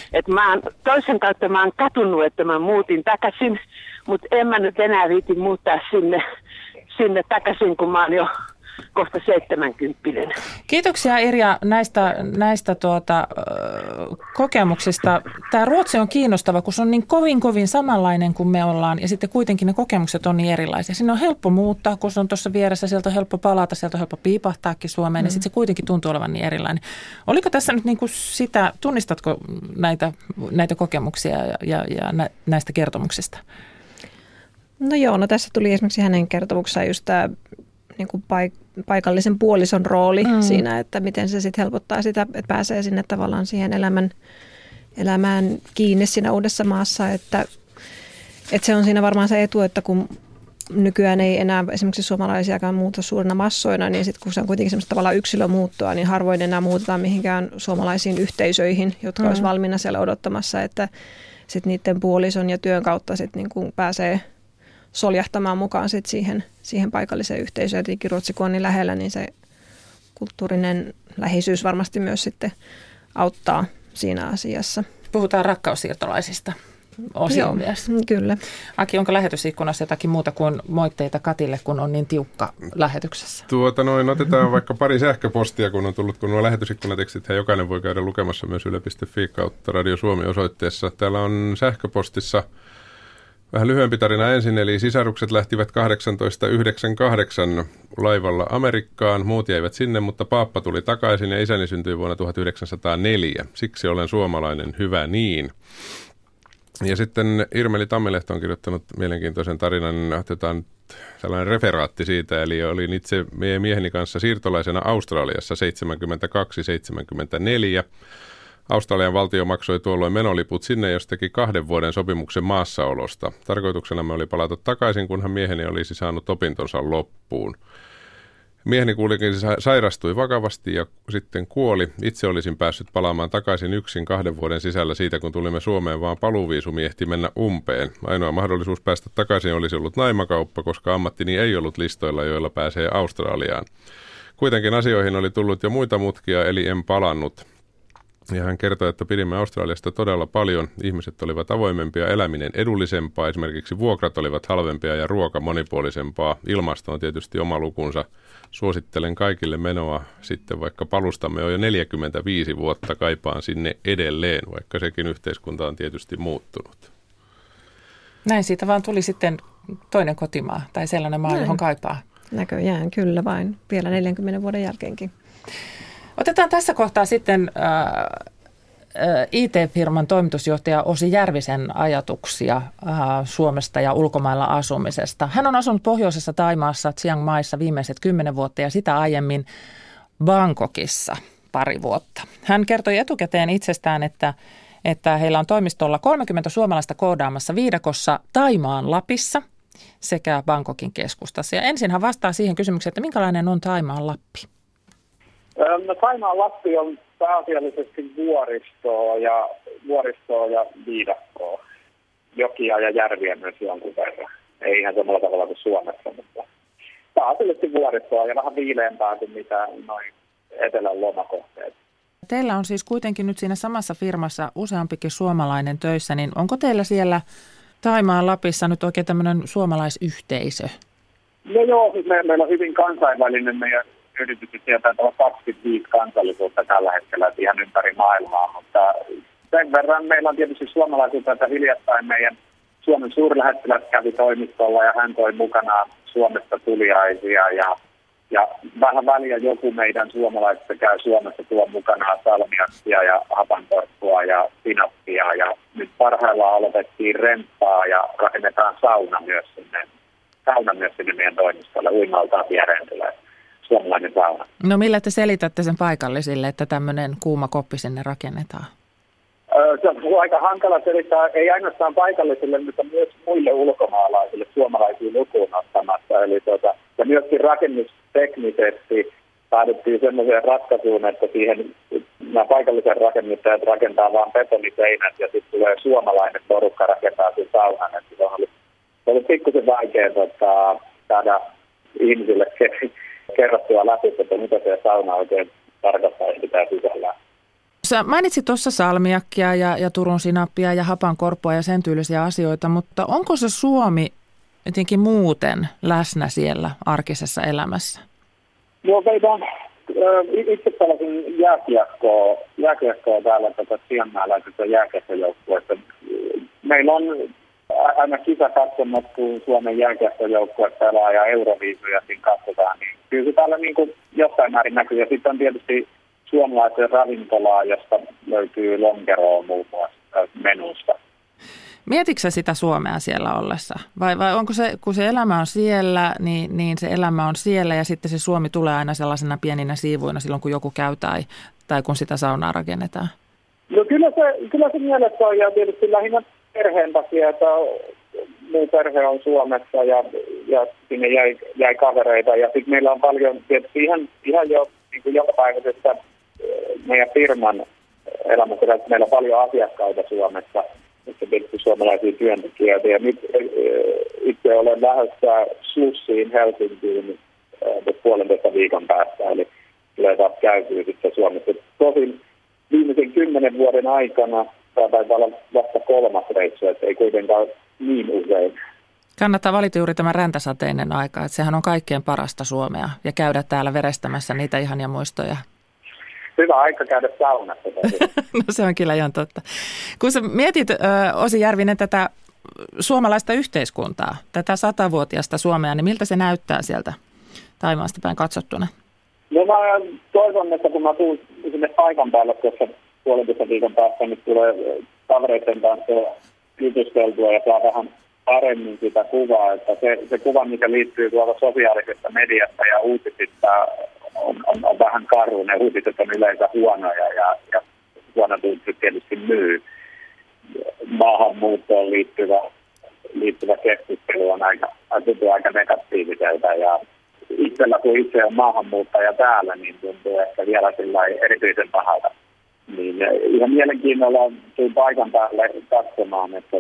Speaker 8: Että toisen kautta mä oon katunut, että mä muutin takaisin, mutta en mä nyt enää viiti muuttaa sinne takaisin, kun mä oon jo kohta 70.
Speaker 2: Kiitoksia Irja näistä kokemuksista. Tämä Ruotsi on kiinnostava, kun se on niin kovin samanlainen kuin me ollaan ja sitten kuitenkin ne kokemukset on niin erilaisia. Siinä on helppo muuttaa, kun se on tuossa vieressä, sieltä on helppo palata, sieltä on helppo piipahtaakin Suomeen ja sitten se kuitenkin tuntuu olevan niin erilainen. Oliko tässä nyt niin kuin sitä, tunnistatko näitä kokemuksia ja näistä kertomuksista?
Speaker 5: No joo, no tässä tuli esimerkiksi hänen kertomuksessaan just tämä niin kuin paikallisen puolison rooli siinä, että miten se sitten helpottaa sitä, että pääsee sinne tavallaan siihen elämään kiinni siinä uudessa maassa, että se on siinä varmaan se etu, että kun nykyään ei enää esimerkiksi suomalaisiakaan muuta suurina massoina, niin sitten kun se on kuitenkin semmoista tavallaan yksilömuuttoa, niin harvoin enää muutetaan mihinkään suomalaisiin yhteisöihin, jotka olisi valmiina siellä odottamassa, että sitten niiden puolison ja työn kautta sitten niin kuin pääsee soljahtamaan mukaan sit siihen paikalliseen yhteisöön. Tietenkin Ruotsi, kun on niin lähellä, niin se kulttuurinen läheisyys varmasti myös sitten auttaa siinä asiassa.
Speaker 2: Puhutaan rakkaussiirtolaisista osioon myös.
Speaker 5: Kyllä.
Speaker 2: Aki, onko lähetysikkunassa jotakin muuta kuin moitteita Katille, kun on niin tiukka lähetyksessä?
Speaker 6: Otetaan vaikka pari sähköpostia, kun on tullut, kun nuo lähetysikkunatekstit, jokainen voi käydä lukemassa myös yle.fi kautta Radio Suomi -osoitteessa. Täällä on sähköpostissa vähän lyhyempi tarina ensin, eli sisarukset lähtivät 1898 laivalla Amerikkaan. Muut jäivät sinne, mutta paappa tuli takaisin ja isäni syntyi vuonna 1904. Siksi olen suomalainen, hyvä niin. Ja sitten Irmeli Tammilehto on kirjoittanut mielenkiintoisen tarinan, otetaan tällainen referaatti siitä, eli olin itse mieheni kanssa siirtolaisena Australiassa 72-74. Australian valtio maksoi tuolloin menoliput sinne, jos teki 2 vuoden sopimuksen maassaolosta. Tarkoituksenamme oli palata takaisin, kunhan mieheni olisi saanut opintonsa loppuun. Mieheni kuitenkin sairastui vakavasti ja sitten kuoli. Itse olisin päässyt palaamaan takaisin yksin 2 vuoden sisällä siitä, kun tulimme Suomeen, vaan paluuviisumi ehti mennä umpeen. Ainoa mahdollisuus päästä takaisin olisi ollut naimakauppa, koska ammattini ei ollut listoilla, joilla pääsee Australiaan. Kuitenkin asioihin oli tullut jo muita mutkia, eli en palannut. Ja hän kertoi, että pidimme Australiasta todella paljon. Ihmiset olivat avoimempia, eläminen edullisempaa, esimerkiksi vuokrat olivat halvempia ja ruoka monipuolisempaa. Ilmasto on tietysti oma lukunsa. Suosittelen kaikille menoa sitten, vaikka palustamme on jo 45 vuotta, kaipaan sinne edelleen, vaikka sekin yhteiskunta on tietysti muuttunut.
Speaker 2: Näin siitä vaan tuli sitten toinen kotimaa tai sellainen maa, johon kaipaa.
Speaker 5: Näköjään kyllä vain, vielä 40 vuoden jälkeenkin.
Speaker 2: Otetaan tässä kohtaa sitten IT-firman toimitusjohtaja Osi Järvisen ajatuksia Suomesta ja ulkomailla asumisesta. Hän on asunut pohjoisessa Thaimaassa, Chiang Maissa viimeiset 10 vuotta ja sitä aiemmin Bangkokissa 2 vuotta. Hän kertoi etukäteen itsestään, että heillä on toimistolla 30 suomalaista koodaamassa viidakossa Thaimaan Lapissa sekä Bangkokin keskustassa. Ja ensin hän vastaa siihen kysymykseen, että minkälainen on Thaimaan Lappi?
Speaker 3: No, Thaimaan Lappi on pääasiallisesti vuoristoa ja viidakkoa. Jokia ja järviä myös jonkun verran. Ei ihan samalla tavalla kuin Suomessa, mutta pääasiallisesti vuoristoa ja vähän viileämpää kuin mitä noin etelän lomakohteet.
Speaker 2: Teillä on siis kuitenkin nyt siinä samassa firmassa useampikin suomalainen töissä, niin onko teillä siellä Thaimaan Lapissa nyt oikein tämmöinen suomalaisyhteisö?
Speaker 3: No joo, siis meillä on hyvin kansainvälinen meidän yritykset sieltä, että on 25 kansallisuutta tällä hetkellä ihan ympäri maailmaa, mutta sen verran meillä on tietysti suomalaisuutta, että hiljattain meidän Suomen suurlähettiläs kävi toimistolla ja hän toi mukanaan Suomesta tuliaisia ja vähän väliä joku meidän suomalaisista käy Suomessa tuo mukanaan salmiakkia ja hapantorppua ja sinappia ja nyt parhaillaan aloitettiin remppaa ja rakennetaan sauna myös sinne meidän toimistolle. Uimaltaan viereen tulee suomalainen sauna.
Speaker 2: No millä te selitätte sen paikallisille, että tämmöinen kuuma koppi sinne rakennetaan?
Speaker 3: Se on aika hankala selittää, ei ainoastaan paikallisille, mutta myös muille ulkomaalaisille suomalaisiin lukuun ottamassa. Eli ja myöskin rakennusteknisesti päädyttiin sellaiseen ratkaisuun, että siihen nämä paikalliset rakennuttajat rakentaa vain betoniseinät ja sitten tulee suomalainen porukka rakentaa sen saunan. Että se on ollut pikkusen vaikea saada ihmisille kerrottua läpi, että mitä se sauna oikein tarkoittaa ja pitää sisällään.
Speaker 2: Sä mainitsit tuossa salmiakkia ja Turun sinappia ja hapankorppoa ja sen tyylisiä asioita, mutta onko se Suomi jotenkin muuten läsnä siellä arkisessa elämässä?
Speaker 3: Joo, itse pelasin jääkiekkoa täällä sianmäeläisessä jääkiekkojoukkueessa. Meillä on aina kisakatsomot, kun Suomen jääkiekkojoukkue pelaa ja Euroviisuja siinä katsotaan, niin kyllä se täällä niin kuin jossain määrin näkyy. Ja sitten on tietysti suomalaisen ravintolaa, josta löytyy lonkeroa muun muassa menusta.
Speaker 2: Mietitkö sä sitä Suomea siellä ollessa? Vai onko se, kun se elämä on siellä, niin se elämä on siellä ja sitten se Suomi tulee aina sellaisena pieninä siivuina silloin, kun joku käy tai kun sitä saunaa rakennetaan?
Speaker 3: No kyllä se mielessä on ja tietysti lähinnä perheen takia, että muu perhe on Suomessa ja sinne jäi kavereita ja sitten meillä on paljon tietysti ihan jo niin kuin jokapäiväisessä meidän firman elämässä, että meillä on paljon asiakkaita Suomessa, että tietysti suomalaisia työntekijöitä ja nyt itse olen lähdössä Slussiin Helsinkiin 1,5 viikon päästä, eli tulee taas käytyä sitten Suomessa. Tosin viimeisen 10 vuoden aikana tämä taitaa olla vasta 3. reissu, että ei kuitenkaan niin usein.
Speaker 2: Kannattaa valita juuri tämä räntäsateinen aika, että sehän on kaikkein parasta Suomea ja käydä täällä verestämässä niitä ihania muistoja.
Speaker 3: Hyvä aika käydä saunassa.
Speaker 2: No se on kyllä ihan totta. Kun sä mietit, Osi Järvinen, tätä suomalaista yhteiskuntaa, tätä 100-vuotiaasta Suomea, niin miltä se näyttää sieltä Thaimaasta päin katsottuna?
Speaker 3: No mä toivon, että kun mä tulen sinne paikan päälle tuossa 1,5 viikon päästä, niin tulee kavereiden kanssa jutusteltua ja saa vähän paremmin sitä kuvaa. Että se kuva, mikä liittyy tuolta sosiaalisesta mediasta ja uutisista, on vähän karu. Ne uutiset on yleensä huonoja ja huonot uutiset tietysti myy. Maahanmuuttoon liittyvä keskustelu on aika negatiiviselta ja itsellä kun itse on maahanmuuttaja täällä, niin tuntuu ehkä vielä erityisen pahalta. Niin ihan mielenkiinnolla tuun paikan päälle katsomaan, että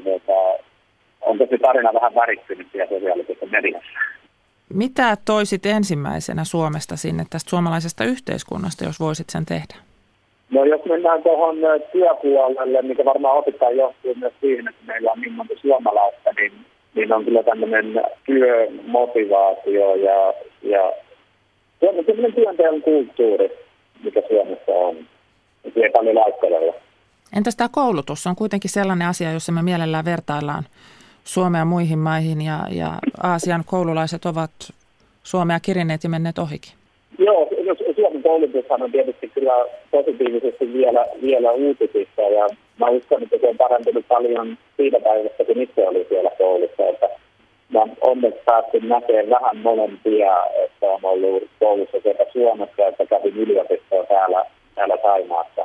Speaker 3: onko se tarina vähän värittynyt siellä sosiaalisessa mediassa.
Speaker 2: Mitä toisit ensimmäisenä Suomesta sinne tästä suomalaisesta yhteiskunnasta, jos voisit sen tehdä?
Speaker 3: No jos mennään tuohon työpuolelle, mikä varmaan osittain johtuu myös siihen, että meillä on niin monta suomalaista, niin on kyllä tämmöinen työmotivaatio ja sellainen työnteon kulttuuri, mikä Suomessa on. Se ei paljon laittelella.
Speaker 2: Entäs tämä koulutus? On kuitenkin sellainen asia, jossa me mielellään vertaillaan Suomea muihin maihin ja Aasian koululaiset ovat Suomea kirineet ja menneet ohikin.
Speaker 3: Joo, Suomen koulutushan on tietysti kyllä positiivisesti vielä uutisissa ja mä uskon, että se on parantunut paljon siitä päivästä, kun itse oli siellä koulussa. Että mä olen onneksi päässyt näkemään vähän molempia, että on ollut koulussa sekä Suomessa että kävin yliopistoa täällä Thaimaassa.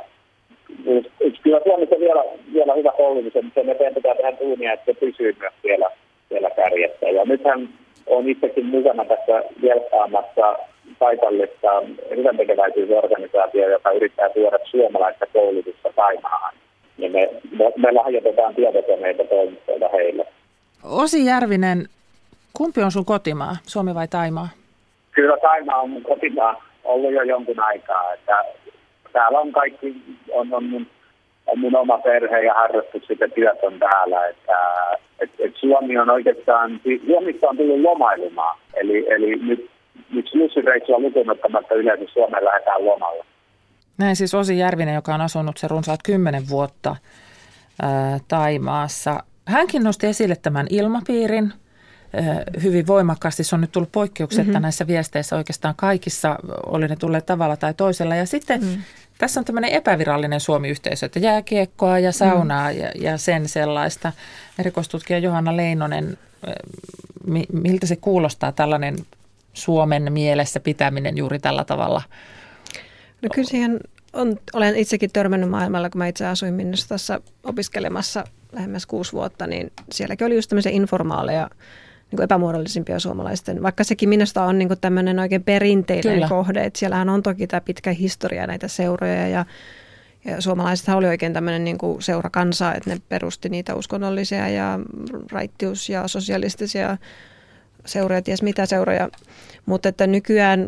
Speaker 3: Kyllä Suomessa vielä hyvä koulutus, mutta sen eteen pitää tehdä duunia, että se pysyy myös siellä kärjessä. Ja nythän olen itsekin mukana tässä jelkkaamassa paikallista hyväntekeväisyysorganisaatio, joka yrittää tuoda suomalaista koulutusta Taimaahan. Ja me lahjoitetaan tietokoneita toimistoita heille.
Speaker 2: Osi Järvinen, kumpi on sun kotimaa, Suomi vai Thaimaa?
Speaker 3: Kyllä Thaimaa on mun kotimaa ollut jo jonkun aikaa, että täällä on kaikki, on mun oma perhe ja harrastukset ja työt on täällä, että Suomi on oikeastaan, Suomesta on tullut lomailumaa, eli nyt slussireissua lukuun ottamatta yleensä Suomeen lähdetään lomalla.
Speaker 2: Näin siis Osi Järvinen, joka on asunut se runsaat 10 vuotta Thaimaassa. Hänkin nosti esille tämän ilmapiirin hyvin voimakkaasti. Se on nyt tullut poikkeuksetta näissä viesteissä oikeastaan kaikissa, oli ne tulleet tavalla tai toisella. Ja sitten tässä on tämmöinen epävirallinen Suomi-yhteisö, että jääkiekkoa ja saunaa ja sen sellaista. Erikoistutkija Johanna Leinonen, miltä se kuulostaa tällainen Suomen mielessä pitäminen juuri tällä tavalla?
Speaker 5: No kyllä siihen olen itsekin törmännyt maailmalla, kun mä itse asuin Minnesotassa opiskelemassa lähemmäs 6 vuotta, niin sielläkin oli just tämmöisiä informaaleja, niin kuin epämuodollisimpia suomalaisten. Vaikka sekin Minnesota on niin kuin tämmöinen oikein perinteinen Kyllä. kohde, että siellähän on toki tämä pitkä historia näitä seuroja ja suomalaisethan oli oikein tämmöinen niin kuin seurakansa, että ne perusti niitä uskonnollisia ja raittius- ja sosialistisia seuroja, ties mitä seuroja. Mutta että nykyään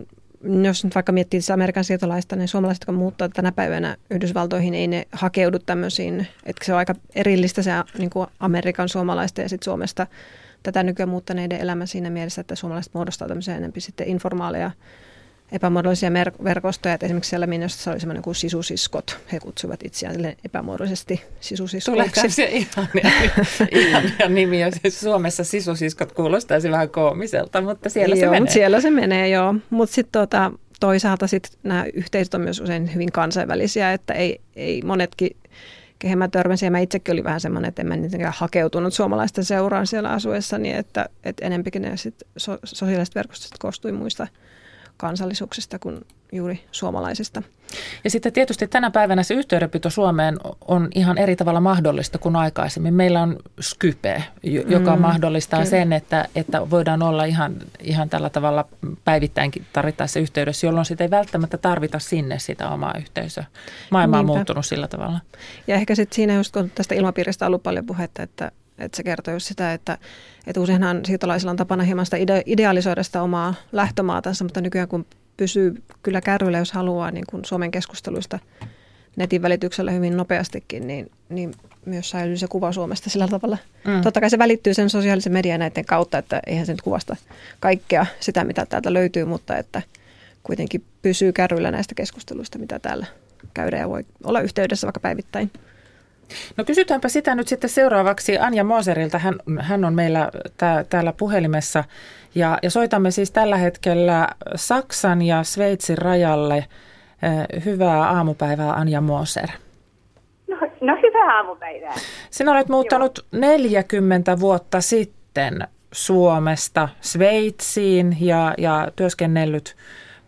Speaker 5: jos nyt vaikka miettii Amerikan siirtolaista, niin suomalaiset, jotka muuttaa tänä päivänä Yhdysvaltoihin, ei ne hakeudu tämmöisiin, että se on aika erillistä se niin kuin Amerikan suomalaista ja sitten Suomesta tätä nykyään muuttaneiden elämä siinä mielessä, että suomalaiset muodostaa tämmöisiä enemmän sitten informaaleja epämuodollisia verkostoja, että esimerkiksi siellä Minnesotassa oli semmoinen kuin sisusiskot. He kutsuivat itseään epämuodollisesti sisusiskoiksi.
Speaker 2: Tulee ihania nimiä. Siis Suomessa sisusiskot kuulostaisi vähän koomiselta, mutta siellä se menee.
Speaker 5: Siellä se menee, joo. Mutta sitten toisaalta nämä yhteisöt on myös usein hyvin kansainvälisiä, että ei monetkin, kehen mä törmäsin, ja mä itsekin olin vähän semmoinen, että en mä niitäkään hakeutunut suomalaisten seuraan siellä asuessani, että enempikin ne sitten sosiaaliset verkostot koostui muista kansallisuuksista kuin juuri suomalaisista.
Speaker 2: Ja sitten tietysti tänä päivänä se yhteydenpito Suomeen on ihan eri tavalla mahdollista kuin aikaisemmin. Meillä on Skype, joka mahdollistaa kyllä sen, että voidaan olla ihan tällä tavalla päivittäinkin tarvittaessa yhteydessä, jolloin sitä ei välttämättä tarvita sinne sitä omaa yhteisöä. Maailma on muuttunut sillä tavalla.
Speaker 5: Ja ehkä sitten siinä just kun tästä ilmapiiristä on ollut paljon puhetta, että se kertoo just sitä, että useinhan siirtolaisilla on tapana hieman sitä idealisoida sitä omaa lähtömaatansa, mutta nykyään kun pysyy kyllä kärryillä, jos haluaa niin kuin Suomen keskusteluista netin välityksellä hyvin nopeastikin, niin myös säilyy se kuva Suomesta sillä tavalla. Totta kai se välittyy sen sosiaalisen median näiden kautta, että eihän se nyt kuvasta kaikkea sitä, mitä täältä löytyy, mutta että kuitenkin pysyy kärryillä näistä keskusteluista, mitä täällä käydään ja voi olla yhteydessä vaikka päivittäin.
Speaker 2: No kysytäänpä sitä nyt sitten seuraavaksi Anja Moserilta. Hän on meillä täällä puhelimessa ja soitamme siis tällä hetkellä Saksan ja Sveitsin rajalle. Hyvää aamupäivää, Anja Moser.
Speaker 9: No hyvää aamupäivää.
Speaker 2: Sinä olet muuttanut 40 vuotta sitten Suomesta Sveitsiin ja työskennellyt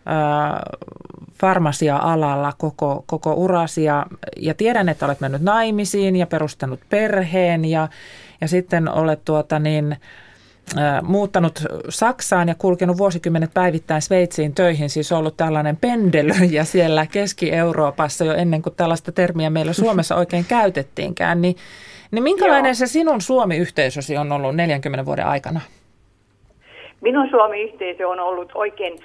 Speaker 2: farmasia-alalla koko urasi ja tiedän, että olet mennyt naimisiin ja perustanut perheen ja sitten olet muuttanut Saksaan ja kulkenut vuosikymmenet päivittäin Sveitsiin töihin, siis ollut tällainen pendelöijä siellä Keski-Euroopassa jo ennen kuin tällaista termiä meillä Suomessa oikein käytettiinkään, niin minkälainen se sinun Suomi-yhteisösi on ollut 40 vuoden aikana?
Speaker 9: Minun Suomi-yhteisö on ollut oikein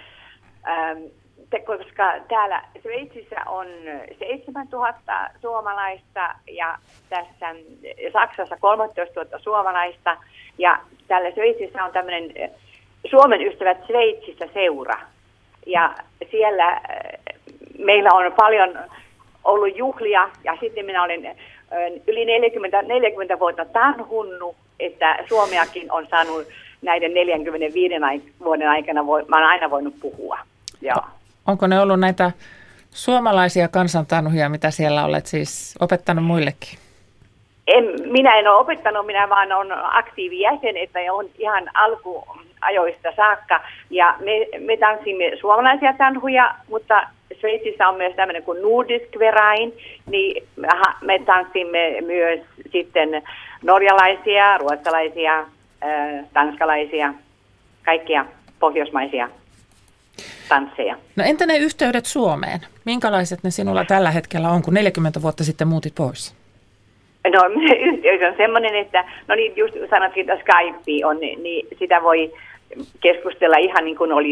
Speaker 9: koska täällä Sveitsissä on 7000 suomalaista ja tässä Saksassa 13 000 suomalaista. Ja täällä Sveitsissä on tämmöinen Suomen ystävät Sveitsissä seura. Ja siellä meillä on paljon ollut juhlia ja sitten minä olen yli 40 vuotta tanhunnut, että Suomeakin on saanut näiden 45 vuoden aikana, mä olen aina voinut puhua. Joo.
Speaker 2: Onko ne ollut näitä suomalaisia kansantanhuja, mitä siellä olet siis opettanut muillekin?
Speaker 9: Minä en ole opettanut, minä vaan olen aktiivijäsen, että on ihan alkuajoista saakka. Ja me tanssimme suomalaisia tanhuja, mutta Sveitsissä on myös tämmöinen kuin Nordisk Verein, niin me tanssimme myös sitten norjalaisia, ruotsalaisia, tanskalaisia, kaikkia pohjoismaisia tansseja. No
Speaker 2: entä ne yhteydet Suomeen? Minkälaiset ne sinulla tällä hetkellä on, kun 40 vuotta sitten muutit pois?
Speaker 9: No yhteys on semmoinen, että no niin just sanotkin, että Skype on, niin sitä voi keskustella ihan niin kuin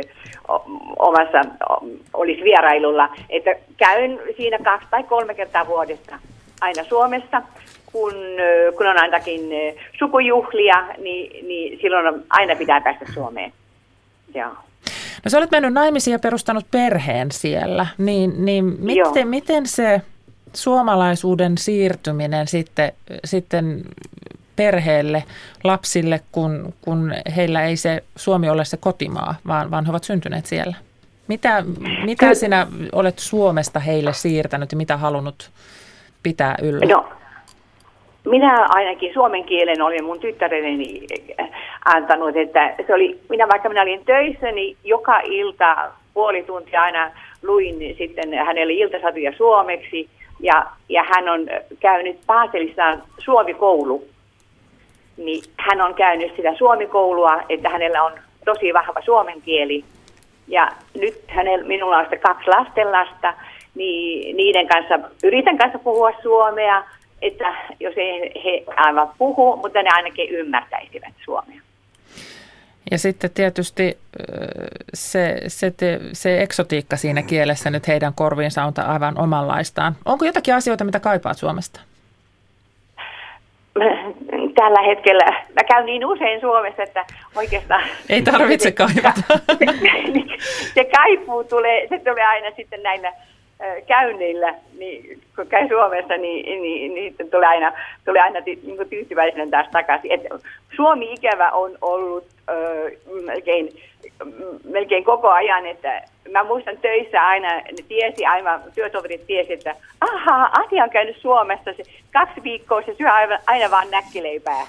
Speaker 9: olisi vierailulla. Että käyn siinä 2 tai 3 kertaa vuodessa aina Suomessa, kun on ainakin sukujuhlia, niin silloin aina pitää päästä Suomeen. Joo.
Speaker 2: No sä olet mennyt naimisiin ja perustanut perheen siellä, niin miten se suomalaisuuden siirtyminen sitten perheelle, lapsille, kun heillä ei se Suomi ole se kotimaa, vaan he ovat syntyneet siellä? Mitä sinä olet Suomesta heille siirtänyt ja mitä halunnut pitää yllä?
Speaker 9: No, minä ainakin suomen kielen olin mun tyttäreni antanut, että se oli, vaikka minä olin töissä, niin joka ilta puoli tuntia aina luin sitten hänelle iltasatuja suomeksi. Ja hän on käynyt Baselissa Suomi-koulu, niin hän on käynyt sitä Suomi-koulua, että hänellä on tosi vahva suomen kieli. Ja nyt minulla on sitä 2 lastenlasta, niin niiden kanssa yritän kanssa puhua suomea, että jos ei he aivan puhu, mutta ne ainakin ymmärtäisivät suomea.
Speaker 2: Ja sitten tietysti se eksotiikka siinä kielessä nyt heidän korviinsa on aivan omanlaistaan. Onko jotakin asioita, mitä kaipaat Suomesta?
Speaker 9: Tällä hetkellä, mä käyn niin usein Suomessa, että oikeastaan...
Speaker 2: Ei tarvitse kaivata.
Speaker 9: Se kaipuu tulee aina sitten näillä käynneillä, niin kun käy Suomessa, niin tulee aina niin tyytyväisenä taas takaisin. Et Suomi-ikävä on ollut melkein koko ajan, että mä muistan töissä aina, työtoverit tiesi, että asia on käynyt Suomessa, 2 viikkoa se syö aina vaan näkkileipää.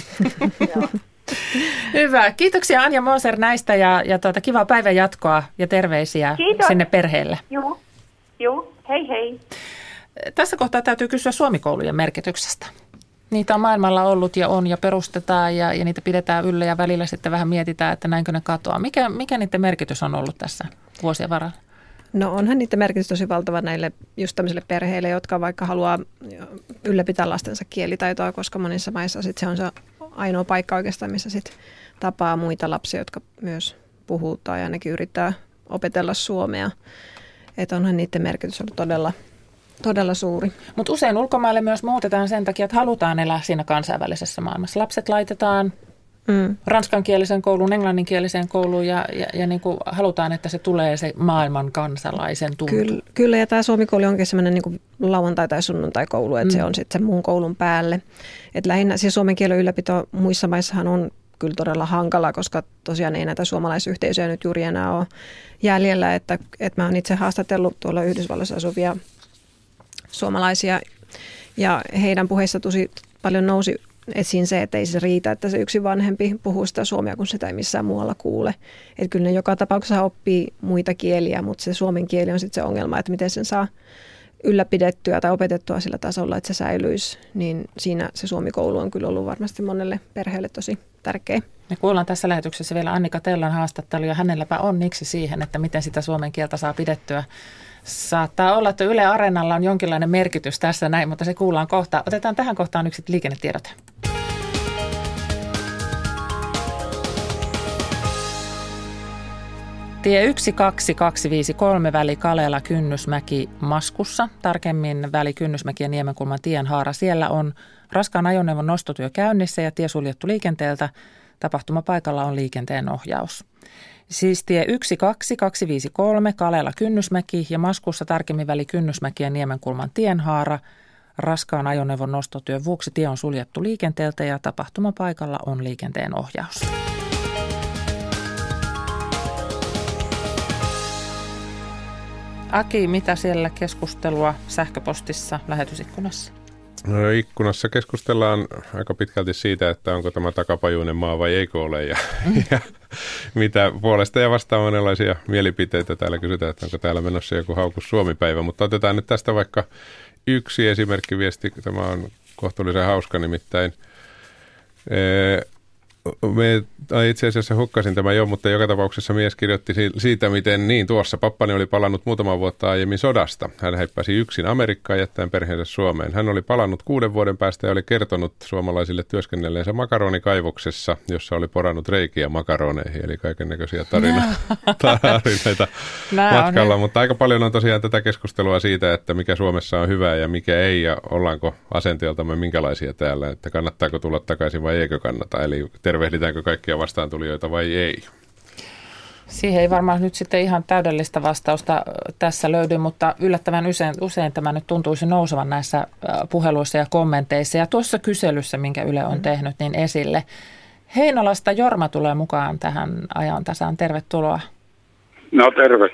Speaker 2: Hyvä. Kiitoksia Anja Moser näistä ja kivaa päivän jatkoa ja terveisiä sinne perheelle.
Speaker 9: Joo, hei.
Speaker 2: Tässä kohtaa täytyy kysyä suomikoulujen merkityksestä. Niitä on maailmalla ollut ja on ja perustetaan ja niitä pidetään yllä ja välillä sitten vähän mietitään, että näinkö ne katoaa. Mikä niiden merkitys on ollut tässä vuosien varrella?
Speaker 5: No onhan niiden merkitys tosi valtava näille just tämmöisille perheille, jotka vaikka haluaa ylläpitää lastensa kielitaitoa, koska monissa maissa sit se on se ainoa paikka oikeastaan, missä sit tapaa muita lapsia, jotka myös puhuu tai ainakin yrittää opetella suomea. Että onhan niiden merkitys ollut todella suuri. Mutta
Speaker 2: usein ulkomaille myös muutetaan sen takia, että halutaan elää siinä kansainvälisessä maailmassa. Lapset laitetaan ranskankielisen kouluun, englanninkieliseen kouluun ja niin kuin halutaan, että se tulee se maailman kansalaisen tuntu.
Speaker 5: Kyllä, ja tämä suomikoulu onkin semmoinen niin kuin lauantai- tai sunnuntai-koulu, että se on sitten sen muun koulun päälle. Et lähinnä siis suomen kielen ylläpito muissa maissahan on kyllä todella hankala, koska tosiaan ei näitä suomalaisyhteisöjä nyt juuri enää ole jäljellä, että mä oon itse haastatellut tuolla Yhdysvalloissa asuvia suomalaisia ja heidän puheissa tosi paljon nousi esiin se, että ei se riitä, että se yksi vanhempi puhuu sitä suomea, kun sitä ei missään muualla kuule. Että kyllä ne joka tapauksessa oppii muita kieliä, mutta se suomen kieli on sitten se ongelma, että miten sen saa ylläpidettyä tai opetettua sillä tasolla, että se säilyisi, niin siinä se suomikoulu on kyllä ollut varmasti monelle perheelle tosi tärkeä.
Speaker 2: Me kuullaan tässä lähetyksessä vielä Annika Tellan haastattelu ja hänelläpä on niksi siihen, että miten sitä suomen kieltä saa pidettyä. Saattaa olla, että Yle Areenalla on jonkinlainen merkitys tässä näin, mutta se kuullaan kohta. Otetaan tähän kohtaan yksi liikennetiedote. Tie 12253 väli Kalela-Kynnysmäki Maskussa, tarkemmin väli Kynnysmäki ja Niemenkulman tienhaara. Siellä on raskaan ajoneuvon nostotyö käynnissä ja tie suljettu liikenteeltä. Tapahtumapaikalla on liikenteen ohjaus. Siis tie 12253 Kalela-Kynnysmäki ja Maskussa tarkemmin väli Kynnysmäki ja Niemenkulman tienhaara. Raskaan ajoneuvon nostotyön vuoksi tie on suljettu liikenteeltä ja tapahtumapaikalla on liikenteen ohjaus. Aki, mitä siellä keskustelua sähköpostissa lähetysikkunassa?
Speaker 6: No, ikkunassa keskustellaan aika pitkälti siitä, että onko tämä takapajuinen maa vai eikö ole. Ja mitä puolesta ja vastaan monenlaisia mielipiteitä. Täällä kysytään, että onko täällä menossa joku Haukus Suomi-päivä. Mutta otetaan nyt tästä vaikka yksi esimerkkiviesti. Tämä on kohtuullisen hauska nimittäin. Itse asiassa hukkasin tämän jo, mutta joka tapauksessa mies kirjoitti siitä, miten tuossa pappani oli palannut muutaman vuotta aiemmin sodasta. Hän häippäsi yksin Amerikkaan jättäen perheensä Suomeen. Hän oli palannut 6 vuoden päästä ja oli kertonut suomalaisille työskennelleensä makaronikaivoksessa, jossa oli porannut reikiä makaroneihin, eli kaikennäköisiä tarinoita matkalla. Mutta aika paljon on tosiaan tätä keskustelua siitä, että mikä Suomessa on hyvää ja mikä ei, ja ollaanko asenteeltamme minkälaisia täällä, että kannattaako tulla takaisin vai eikö kannata, eli tervehditäänkö kaikkia vastaantulijoita vai ei?
Speaker 2: Siihen ei varmaan nyt sitten ihan täydellistä vastausta tässä löydy, mutta yllättävän usein tämä nyt tuntuisi nousevan näissä puheluissa ja kommenteissa. Ja tuossa kyselyssä, minkä Yle on tehnyt, niin esille. Heinolasta Jorma tulee mukaan tähän ajantasaan. Tervetuloa.
Speaker 10: No terve.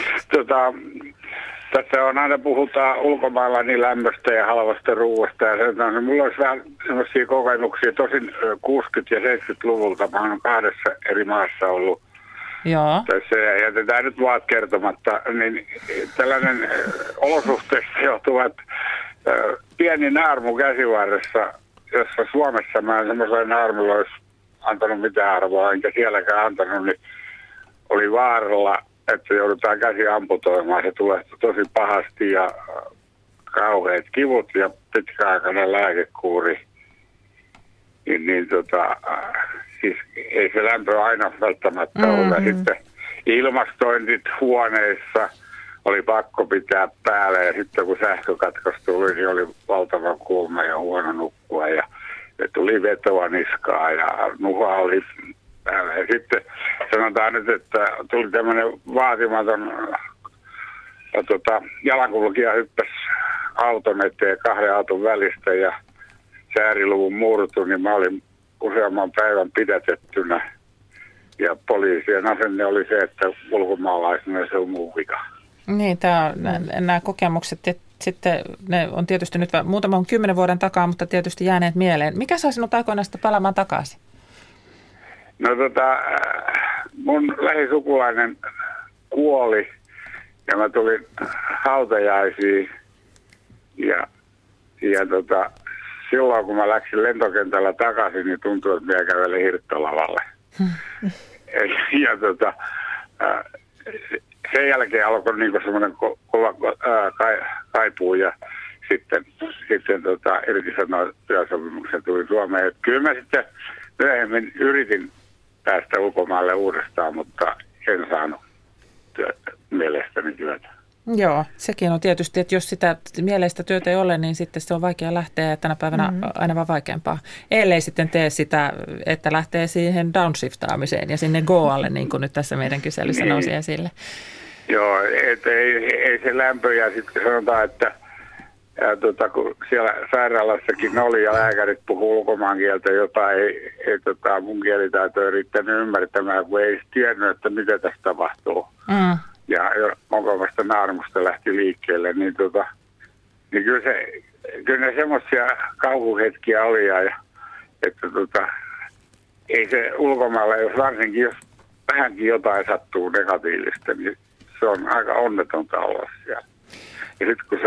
Speaker 10: Tässä on aina puhutaan ulkomailla niin lämmöstä ja halvasta ruuasta ja sen. Mulla olisi vähän sellaisia kokemuksia, tosin 60- ja 70-luvulta. Mä oon 2 eri maassa ollut.
Speaker 2: Joo.
Speaker 10: Tässä ja jätetään nyt vaat kertomatta. Niin tällainen olosuhteista johtuvat pieni naarmu käsivarressa, jossa Suomessa mä en semmoiselle naarmulle olisi antanut mitään arvoa, enkä sielläkään antanut, niin oli vaaralla, että joudutaan käsi amputoimaan. Se tulee tosi pahasti ja kauheat kivut ja pitkäaikainen lääkekuuri. siis ei se lämpö aina välttämättä ole. Sitten ilmastointit huoneissa oli pakko pitää päällä ja sitten kun sähkökatkos tuli, niin oli valtavan kuuma ja huono nukkua ja tuli vetoa niskaa ja nuha oli päällä. Ja sitten sanotaan nyt, että tuli tämmöinen vaatimaton jalankulkija hyppäsi auton eteen 2 auton välistä ja sääriluvun murtui, niin mä olin useamman päivän pidätettynä. Ja poliisien asenne oli se, että ulkomaalaisena se on muu vika.
Speaker 2: Niin, nämä kokemukset sitten, ne on tietysti nyt muutaman 10 vuoden takaa, mutta tietysti jääneet mieleen. Mikä sai sinut aikoinaan sitten palaamaan takaisin?
Speaker 10: No mun lähisukulainen kuoli ja mä tulin hautajaisiin ja silloin kun mä läksin lentokentällä takaisin, niin tuntui, että minä kävelin Hirttolavalle. Ja sen jälkeen alkoi niinku semmoinen kova kaipuu ja sitten irtisanoin työsopimuksen tuli Suomeen. Et kyllä mä sitten myöhemmin yritin päästä ulkomaille uudestaan, mutta en saanut mielestäni työtä.
Speaker 2: Joo, sekin on tietysti, että jos sitä mieleistä työtä ei ole, niin sitten se on vaikea lähteä ja tänä päivänä aina vaan vaikeampaa. Ellei sitten tee sitä, että lähtee siihen downshiftaamiseen ja sinne Goalle, niin kuin nyt tässä meidän kyselyssä nousi esille.
Speaker 10: Joo, ei se lämpö ja sitten sanotaan, että kun siellä sairaalassakin oli ja lääkärit puhuu ulkomaankieltä, jota ei mun kielitaito ei riittänyt ymmärtämään, kun ei tiennyt, että mitä tässä tapahtuu. Ja mukavasta naarmusta lähti liikkeelle, niin kyllä ne semmoisia kauhuhetkiä oli, että ei se ulkomailla, varsinkin jos vähänkin jotain sattuu negatiivista, niin se on aika onnetonta olla siellä. Ja sitten kun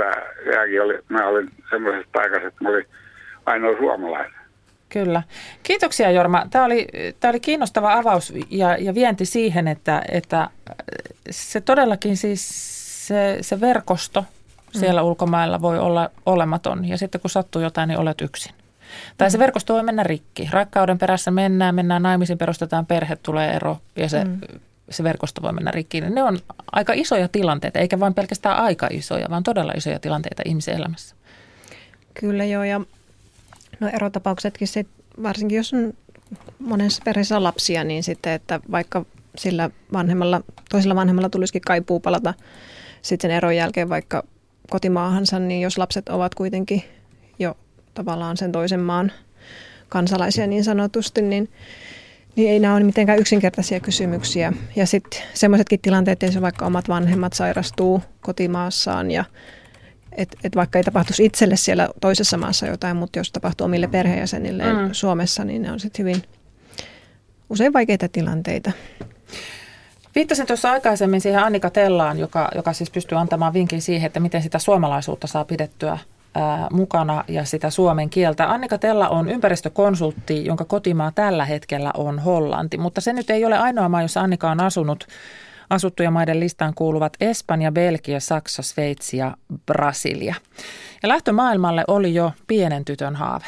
Speaker 10: mä olin semmoisessa paikassa, että mä olin ainoa suomalainen. Kyllä.
Speaker 2: Kiitoksia Jorma. Tämä oli kiinnostava avaus ja vienti siihen, että se todellakin siis se verkosto siellä ulkomailla voi olla olematon ja sitten kun sattuu jotain, niin olet yksin. Tai se verkosto voi mennä rikki. Rakkauden perässä mennään naimisiin, perustetaan perhe, tulee ero ja se verkosto voi mennä rikki. Ne on aika isoja tilanteita, eikä vain pelkästään aika isoja, vaan todella isoja tilanteita ihmisen elämässä.
Speaker 5: Kyllä joo, ja no erotapauksetkin se, varsinkin jos on monessa perheessä on lapsia, niin sitten, että vaikka sillä toisella vanhemmalla tulisikin kaipuu palata sitten sen eron jälkeen vaikka kotimaahansa, niin jos lapset ovat kuitenkin jo tavallaan sen toisen maan kansalaisia niin sanotusti, niin ei nämä ole mitenkään yksinkertaisia kysymyksiä. Ja sitten semmoisetkin tilanteet, jos vaikka omat vanhemmat sairastuu kotimaassaan ja et vaikka ei tapahtuisi itselle siellä toisessa maassa jotain, mutta jos tapahtuu omille perheenjäsenille Suomessa, niin ne on sitten hyvin usein vaikeita tilanteita.
Speaker 2: Viittasin tuossa aikaisemmin siihen Annika Tellaan, joka siis pystyy antamaan vinkin siihen, että miten sitä suomalaisuutta saa pidettyä mukana ja sitä suomen kieltä. Annika Tella on ympäristökonsultti, jonka kotimaa tällä hetkellä on Hollanti, mutta se nyt ei ole ainoa maa, jossa Annika on asunut. Asuttujen maiden listaan kuuluvat Espanja, Belgia, Saksa, Sveitsi ja Brasilia. Ja lähtö maailmalle oli jo pienen tytön haave.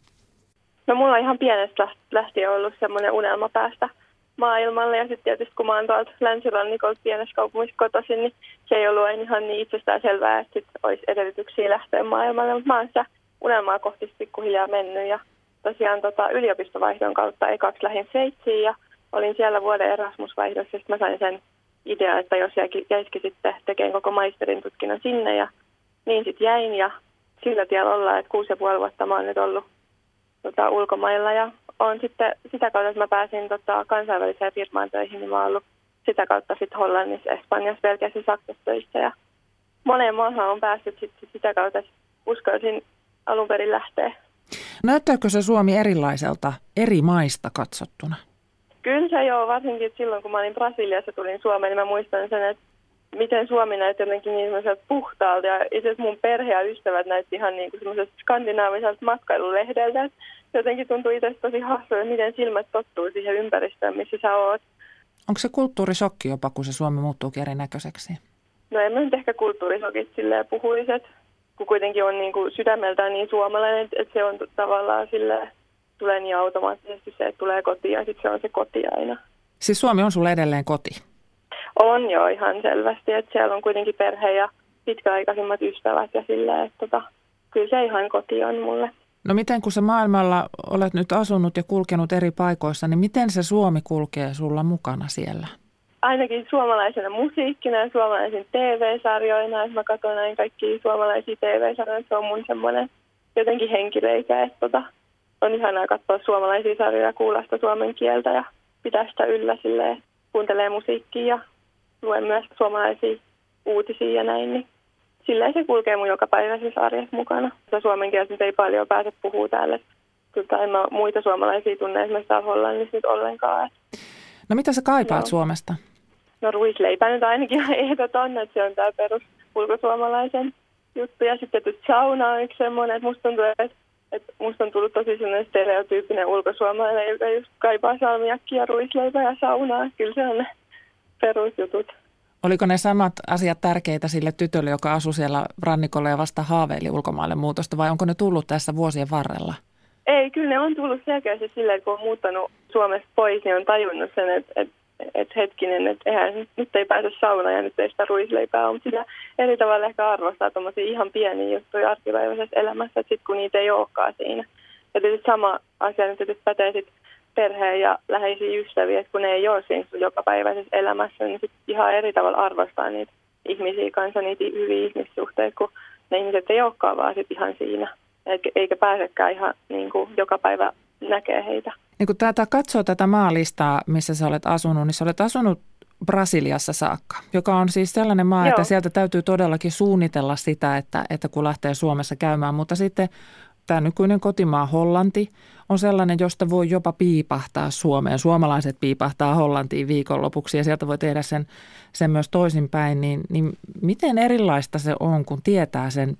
Speaker 11: No mulla on ihan pienestä lähtien ollut semmoinen unelma päästä maailmalle. Ja sitten tietysti kun mä oon tuolta länsirannikolta pienessä kaupungissa kotoisin, niin se ei ollut ihan niin itsestään selvää, että sit olisi edellytyksiä lähteä maailmalle. Mutta mä oon sitä unelmaa kohti pikkuhiljaa mennyt ja tosiaan yliopistovaihdon kautta ekaksi lähdin Sveitsiin ja olin siellä vuoden Erasmus-vaihdossa. Sitten mä sain sen idea, että jos jäisikin sitten tekemään koko maisterin tutkinnon sinne ja niin sitten jäin ja sillä tiellä ollaan, että 6,5 vuotta mä oon nyt ollut ulkomailla ja on sitten sitä kautta, että mä pääsin kansainväliseen firmaan töihin, niin mä oon ollut sitä kautta sitten Hollannissa, Espanjassa, Belgiassa ja Saksassa töissä ja moneen maahan on päässyt sitten sitä kautta, että uskalsin alun perin lähteä.
Speaker 2: Näyttääkö se Suomi erilaiselta eri maista katsottuna?
Speaker 11: Kyllä se joo, varsinkin silloin kun mä olin Brasiliassa tulin Suomeen, niin mä muistan sen, että miten Suomi näytti jotenkin niin semmoiselta puhtaalta ja itse asiassa mun perhe ja ystävät näytti ihan niin kuin semmoiselta skandinaaviselta matkailulehdeltä. Jotenkin tuntui itse tosi hassua, että miten silmät tottuu siihen ympäristöön, missä sä oot.
Speaker 2: Onko se kulttuurisokki jopa, kun se Suomi muuttuukin erinäköiseksi?
Speaker 11: No en mä nyt ehkä kulttuurisokit silleen puhuisi, kun kuitenkin on niin kuin sydämeltään niin suomalainen, että se on tavallaan silleen tulee niin automaattisesti se, että tulee kotiin ja sitten se on se koti aina.
Speaker 2: Siis Suomi on sulle edelleen koti?
Speaker 11: On jo ihan selvästi, että siellä on kuitenkin perhe ja pitkäaikaisimmat ystävät ja silleen, että kyllä se ihan koti on mulle.
Speaker 2: No miten kun sä maailmalla olet nyt asunut ja kulkenut eri paikoissa, niin miten se Suomi kulkee sulla mukana siellä?
Speaker 11: Ainakin suomalaisena musiikkina ja suomalaisen TV-sarjoina. Jos mä katson näin kaikkia suomalaisia TV-sarjoja, se on mun semmoinen jotenkin henkireikä, että on ihanaa katsoa suomalaisia sarjoja, kuulla sitä suomen kieltä ja pitää sitä yllä silleen, kuuntelee musiikkia ja luen myös suomalaisia uutisia ja näin, niin silleen se kulkee mun jokapäiväisessä arjessa mukana. Suomen kieltä ei paljon pääse puhua täällä. Kyllä en mä muita suomalaisia tunne esimerkiksi täällä Hollannissa nyt ollenkaan.
Speaker 2: No mitä sä kaipaat Suomesta?
Speaker 11: No ruisleipä nyt ainakin ihan ehdoton, että se on tää perus ulkosuomalaisen juttu. Ja sitten tietysti sauna on yksi semmoinen, että musta on tullut tosi sellainen stereotyyppinen ulkosuomalainen, joka just kaipaa salmiakkia, ruisleipää ja saunaa. Kyllä se on ne perusjutut.
Speaker 2: Oliko ne samat asiat tärkeitä sille tytölle, joka asui siellä rannikolla ja vasta haaveili ulkomaille muutosta, vai onko ne tullut tässä vuosien varrella?
Speaker 11: Ei, kyllä ne on tullut selkeästi silleen, että kun on muuttanut Suomesta pois, niin on tajunnut sen, että hetkinen, että nyt ei pääse saunaan ja nyt ei sitä ruisleipää ole. Sillä eri tavalla ehkä arvostaa tuommoisia ihan pieniä juttuja arkipäiväisessä elämässä, että sitten kun niitä ei olekaan siinä. Ja tietysti sama asia nyt pätee sitten perheen ja läheisiä ystäviä, että kun ne ei ole siinä jokapäiväisessä elämässä, niin sitten ihan eri tavalla arvostaa niitä ihmisiä kanssa, niitä hyviä ihmissuhteita, kun ne ihmiset ei olekaan vaan sitten ihan siinä. Eikä pääsekään ihan niin kuin joka päivä näkee heitä.
Speaker 2: Niin kun katsoo tätä maalistaa, missä sä olet asunut, niin sä olet asunut Brasiliassa saakka, joka on siis sellainen maa, että sieltä täytyy todellakin suunnitella sitä, että kun lähtee Suomessa käymään, mutta sitten tämä nykyinen kotimaa Hollanti on sellainen, josta voi jopa piipahtaa Suomeen. Suomalaiset piipahtaa Hollantiin viikonlopuksi ja sieltä voi tehdä sen myös toisinpäin. Niin miten erilaista se on, kun tietää sen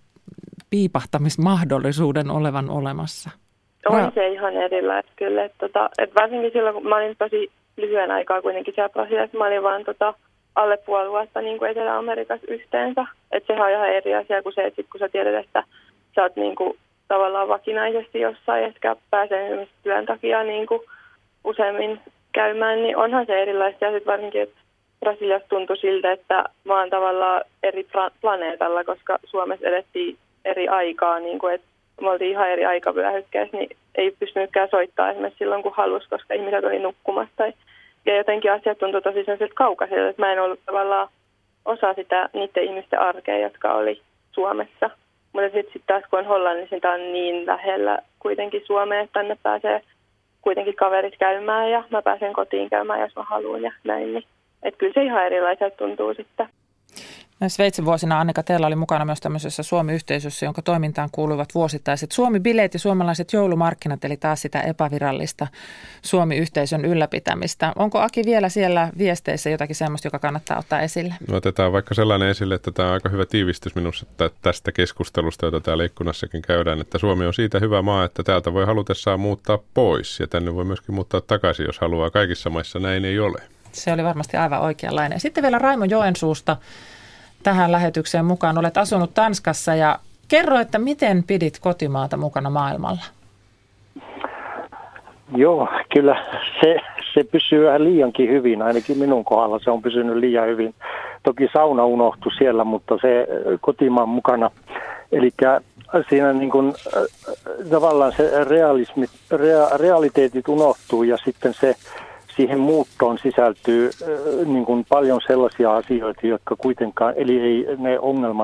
Speaker 2: piipahtamismahdollisuuden olevan olemassa?
Speaker 11: On se ihan erilaista kyllä. Että varsinkin silloin, kun mä olin tosi lyhyen aikaa kuitenkin siellä Brasiliassa, mä olin vaan alle puoli vuotta niin kuin Etelä-Amerikassa yhteensä. Että sehän on ihan eri asia kuin se, että sit, kun sä tiedät, että sä oot niin kuin tavallaan vakinaisesti jossain, etkä pääsee esimerkiksi työn takia niin kuin useammin käymään, niin onhan se erilaista. Ja sitten varsinkin, että Brasiliassa tuntui siltä, että mä oon tavallaan eri planeetalla, koska Suomessa elettiin eri aikaa, niin kuin, että me oltiin ihan eri aikavyöhykkeessä, niin ei pystynytkään soittaa esimerkiksi silloin, kun halusi, koska ihmiset oli nukkumassa. Ja jotenkin asiat tuntui tosi sellaiset kaukaisilta, että mä en ollut tavallaan osa sitä niiden ihmisten arkea, jotka oli Suomessa. Mutta sitten taas kun on Hollannissa, niin tämä on niin lähellä kuitenkin Suomeen, että tänne pääsee kuitenkin kaverit käymään ja mä pääsen kotiin käymään, jos mä haluan ja näin. Niin. Että kyllä se ihan erilaiselta tuntuu sitten.
Speaker 2: Sveitsin vuosina Annika Teella oli mukana myös tämmöisessä Suomi-yhteisössä, jonka toimintaan kuuluivat vuosittaiset Suomi-bileet ja suomalaiset joulumarkkinat, eli taas sitä epävirallista Suomi-yhteisön ylläpitämistä. Onko Aki vielä siellä viesteissä jotakin semmoista, joka kannattaa ottaa esille?
Speaker 6: No, otetaan vaikka sellainen esille, että tämä on aika hyvä tiivistys minusta tästä keskustelusta, jota täällä ikkunassakin käydään, että Suomi on siitä hyvä maa, että täältä voi halutessaan muuttaa pois ja tänne voi myöskin muuttaa takaisin, jos haluaa. Kaikissa maissa näin ei ole. Se
Speaker 2: oli varmasti aivan oikeanlainen. Sitten vielä Raimo Joensuusta tähän lähetykseen mukaan. Olet asunut Tanskassa ja kerro, että miten pidit kotimaata mukana maailmalla?
Speaker 12: Joo, kyllä se pysyy vähän liiankin hyvin. Ainakin minun kohdalla se on pysynyt liian hyvin. Toki sauna unohtui siellä, mutta se kotimaan mukana. Eli siinä niin kuin, tavallaan se realiteetit unohtuu ja sitten siihen muuttoon sisältyy niin kuin paljon sellaisia asioita, jotka kuitenkaan, eli ei ne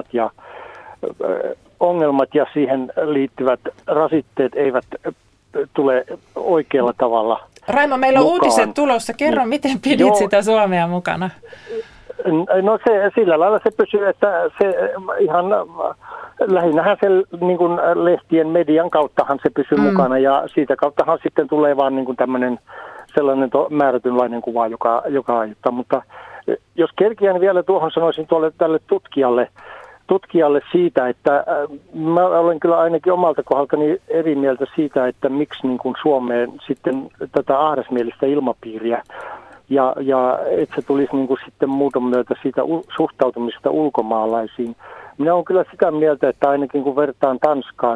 Speaker 12: ongelmat ja siihen liittyvät rasitteet eivät tule oikealla tavalla.
Speaker 2: Raimo, meillä on uutiset tulossa. Kerro, miten pidit sitä Suomea mukana?
Speaker 12: No sillä lailla se pysyy, että se ihan lähinnähän se niin kuin lehtien median kauttahan se pysyy mukana ja siitä kauttahan sitten tulee vaan niin kuin tämmöinen sellainen määrätynlainen kuva, joka aiheuttaa. Mutta jos kerkiän vielä tuohon sanoisin tälle tutkijalle siitä, että mä olen kyllä ainakin omalta kohdaltani eri mieltä siitä, että miksi niin kuin Suomeen sitten tätä ahdasmielistä ilmapiiriä ja että se tulisi niin kuin sitten muuton myötä siitä suhtautumisesta ulkomaalaisiin. Minä olen kyllä sitä mieltä, että ainakin kun vertaan Tanskaan, niin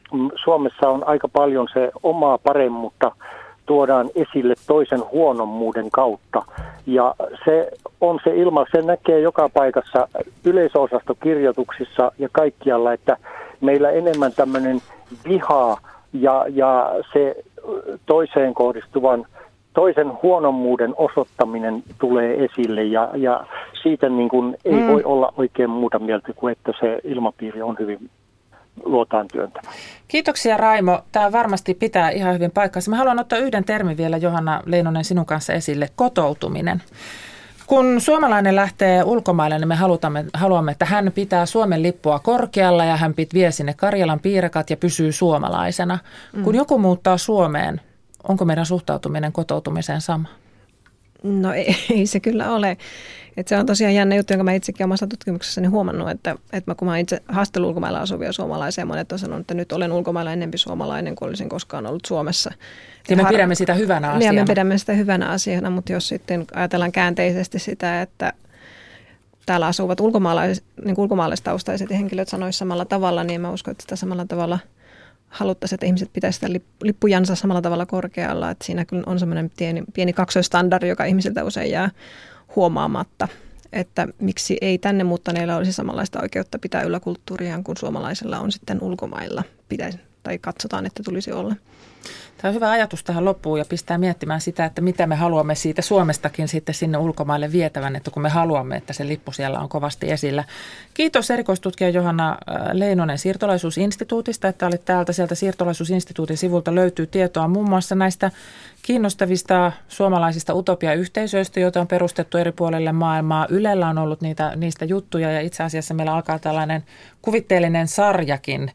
Speaker 12: Suomessa on aika paljon se omaa paremmuutta tuodaan esille toisen huonommuuden kautta. Ja se on se ilma, se näkee joka paikassa yleisöosastokirjoituksissa ja kaikkialla, että meillä enemmän tämmöinen viha ja se toiseen kohdistuvan toisen huonommuuden osoittaminen tulee esille ja siitä niin kuin ei voi olla oikein muuta mieltä kuin, että se ilmapiiri on hyvin luotaan työntävä.
Speaker 2: Kiitoksia Raimo. Tämä varmasti pitää ihan hyvin paikkansa. Mä haluan ottaa yhden termin vielä, Johanna Leinonen, sinun kanssa esille, kotoutuminen. Kun suomalainen lähtee ulkomaille, niin me haluamme, että hän pitää Suomen lippua korkealla ja hän vie sinne Karjalan piirakat ja pysyy suomalaisena. Kun joku muuttaa Suomeen, onko meidän suhtautuminen kotoutumiseen sama?
Speaker 5: No ei se kyllä ole. Että se on tosiaan jännä juttu, jonka mä itsekin omassa tutkimuksessani huomannut, että kun mä itse haastellut ulkomailla asuvia suomalaisia, monet on sanonut, että nyt olen ulkomailla enemmän suomalainen kuin olisin koskaan ollut Suomessa.
Speaker 2: Ja me pidämme sitä hyvänä asiana.
Speaker 5: Me pidämme sitä hyvänä asiana, mutta jos sitten ajatellaan käänteisesti sitä, että täällä asuvat ulkomaalaistaustaiset henkilöt sanoisivat samalla tavalla, niin mä uskon, että sitä samalla tavalla haluttaisiin, että ihmiset pitäisi sitä lippujansa samalla tavalla korkealla. Että siinä kyllä on semmoinen pieni kaksoistandardi, joka ihmisiltä usein jää huomaamatta, että miksi ei tänne muuttaneilla olisi samanlaista oikeutta pitää yllä kulttuuriaan kuin suomalaisilla on sitten ulkomailla pitäisi tai katsotaan, että tulisi olla.
Speaker 2: Tämä on hyvä ajatus tähän loppuun ja pistää miettimään sitä, että mitä me haluamme siitä Suomestakin sitten sinne ulkomaille vietävän, että kun me haluamme, että se lippu siellä on kovasti esillä. Kiitos erikoistutkija Johanna Leinonen Siirtolaisuusinstituutista, että olit täältä. Sieltä Siirtolaisuusinstituutin sivulta löytyy tietoa muun muassa näistä kiinnostavista suomalaisista utopiayhteisöistä, joita on perustettu eri puolille maailmaa. Ylellä on ollut niistä juttuja ja itse asiassa meillä alkaa tällainen kuvitteellinen sarjakin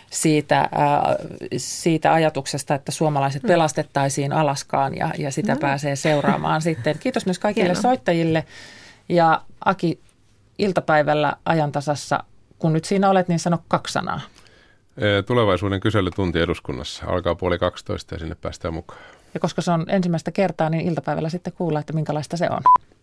Speaker 2: siitä ajatuksesta, että suomalaiset pelastettaisiin Alaskaan ja sitä pääsee seuraamaan sitten. Kiitos myös kaikille soittajille ja Aki, iltapäivällä Ajantasassa, kun nyt siinä olet, niin sano 2 sanaa.
Speaker 6: Tulevaisuuden kyselytunti eduskunnassa alkaa 11:30 ja sinne päästään mukaan.
Speaker 2: Ja koska se on ensimmäistä kertaa, niin iltapäivällä sitten kuulla, että minkälaista se on.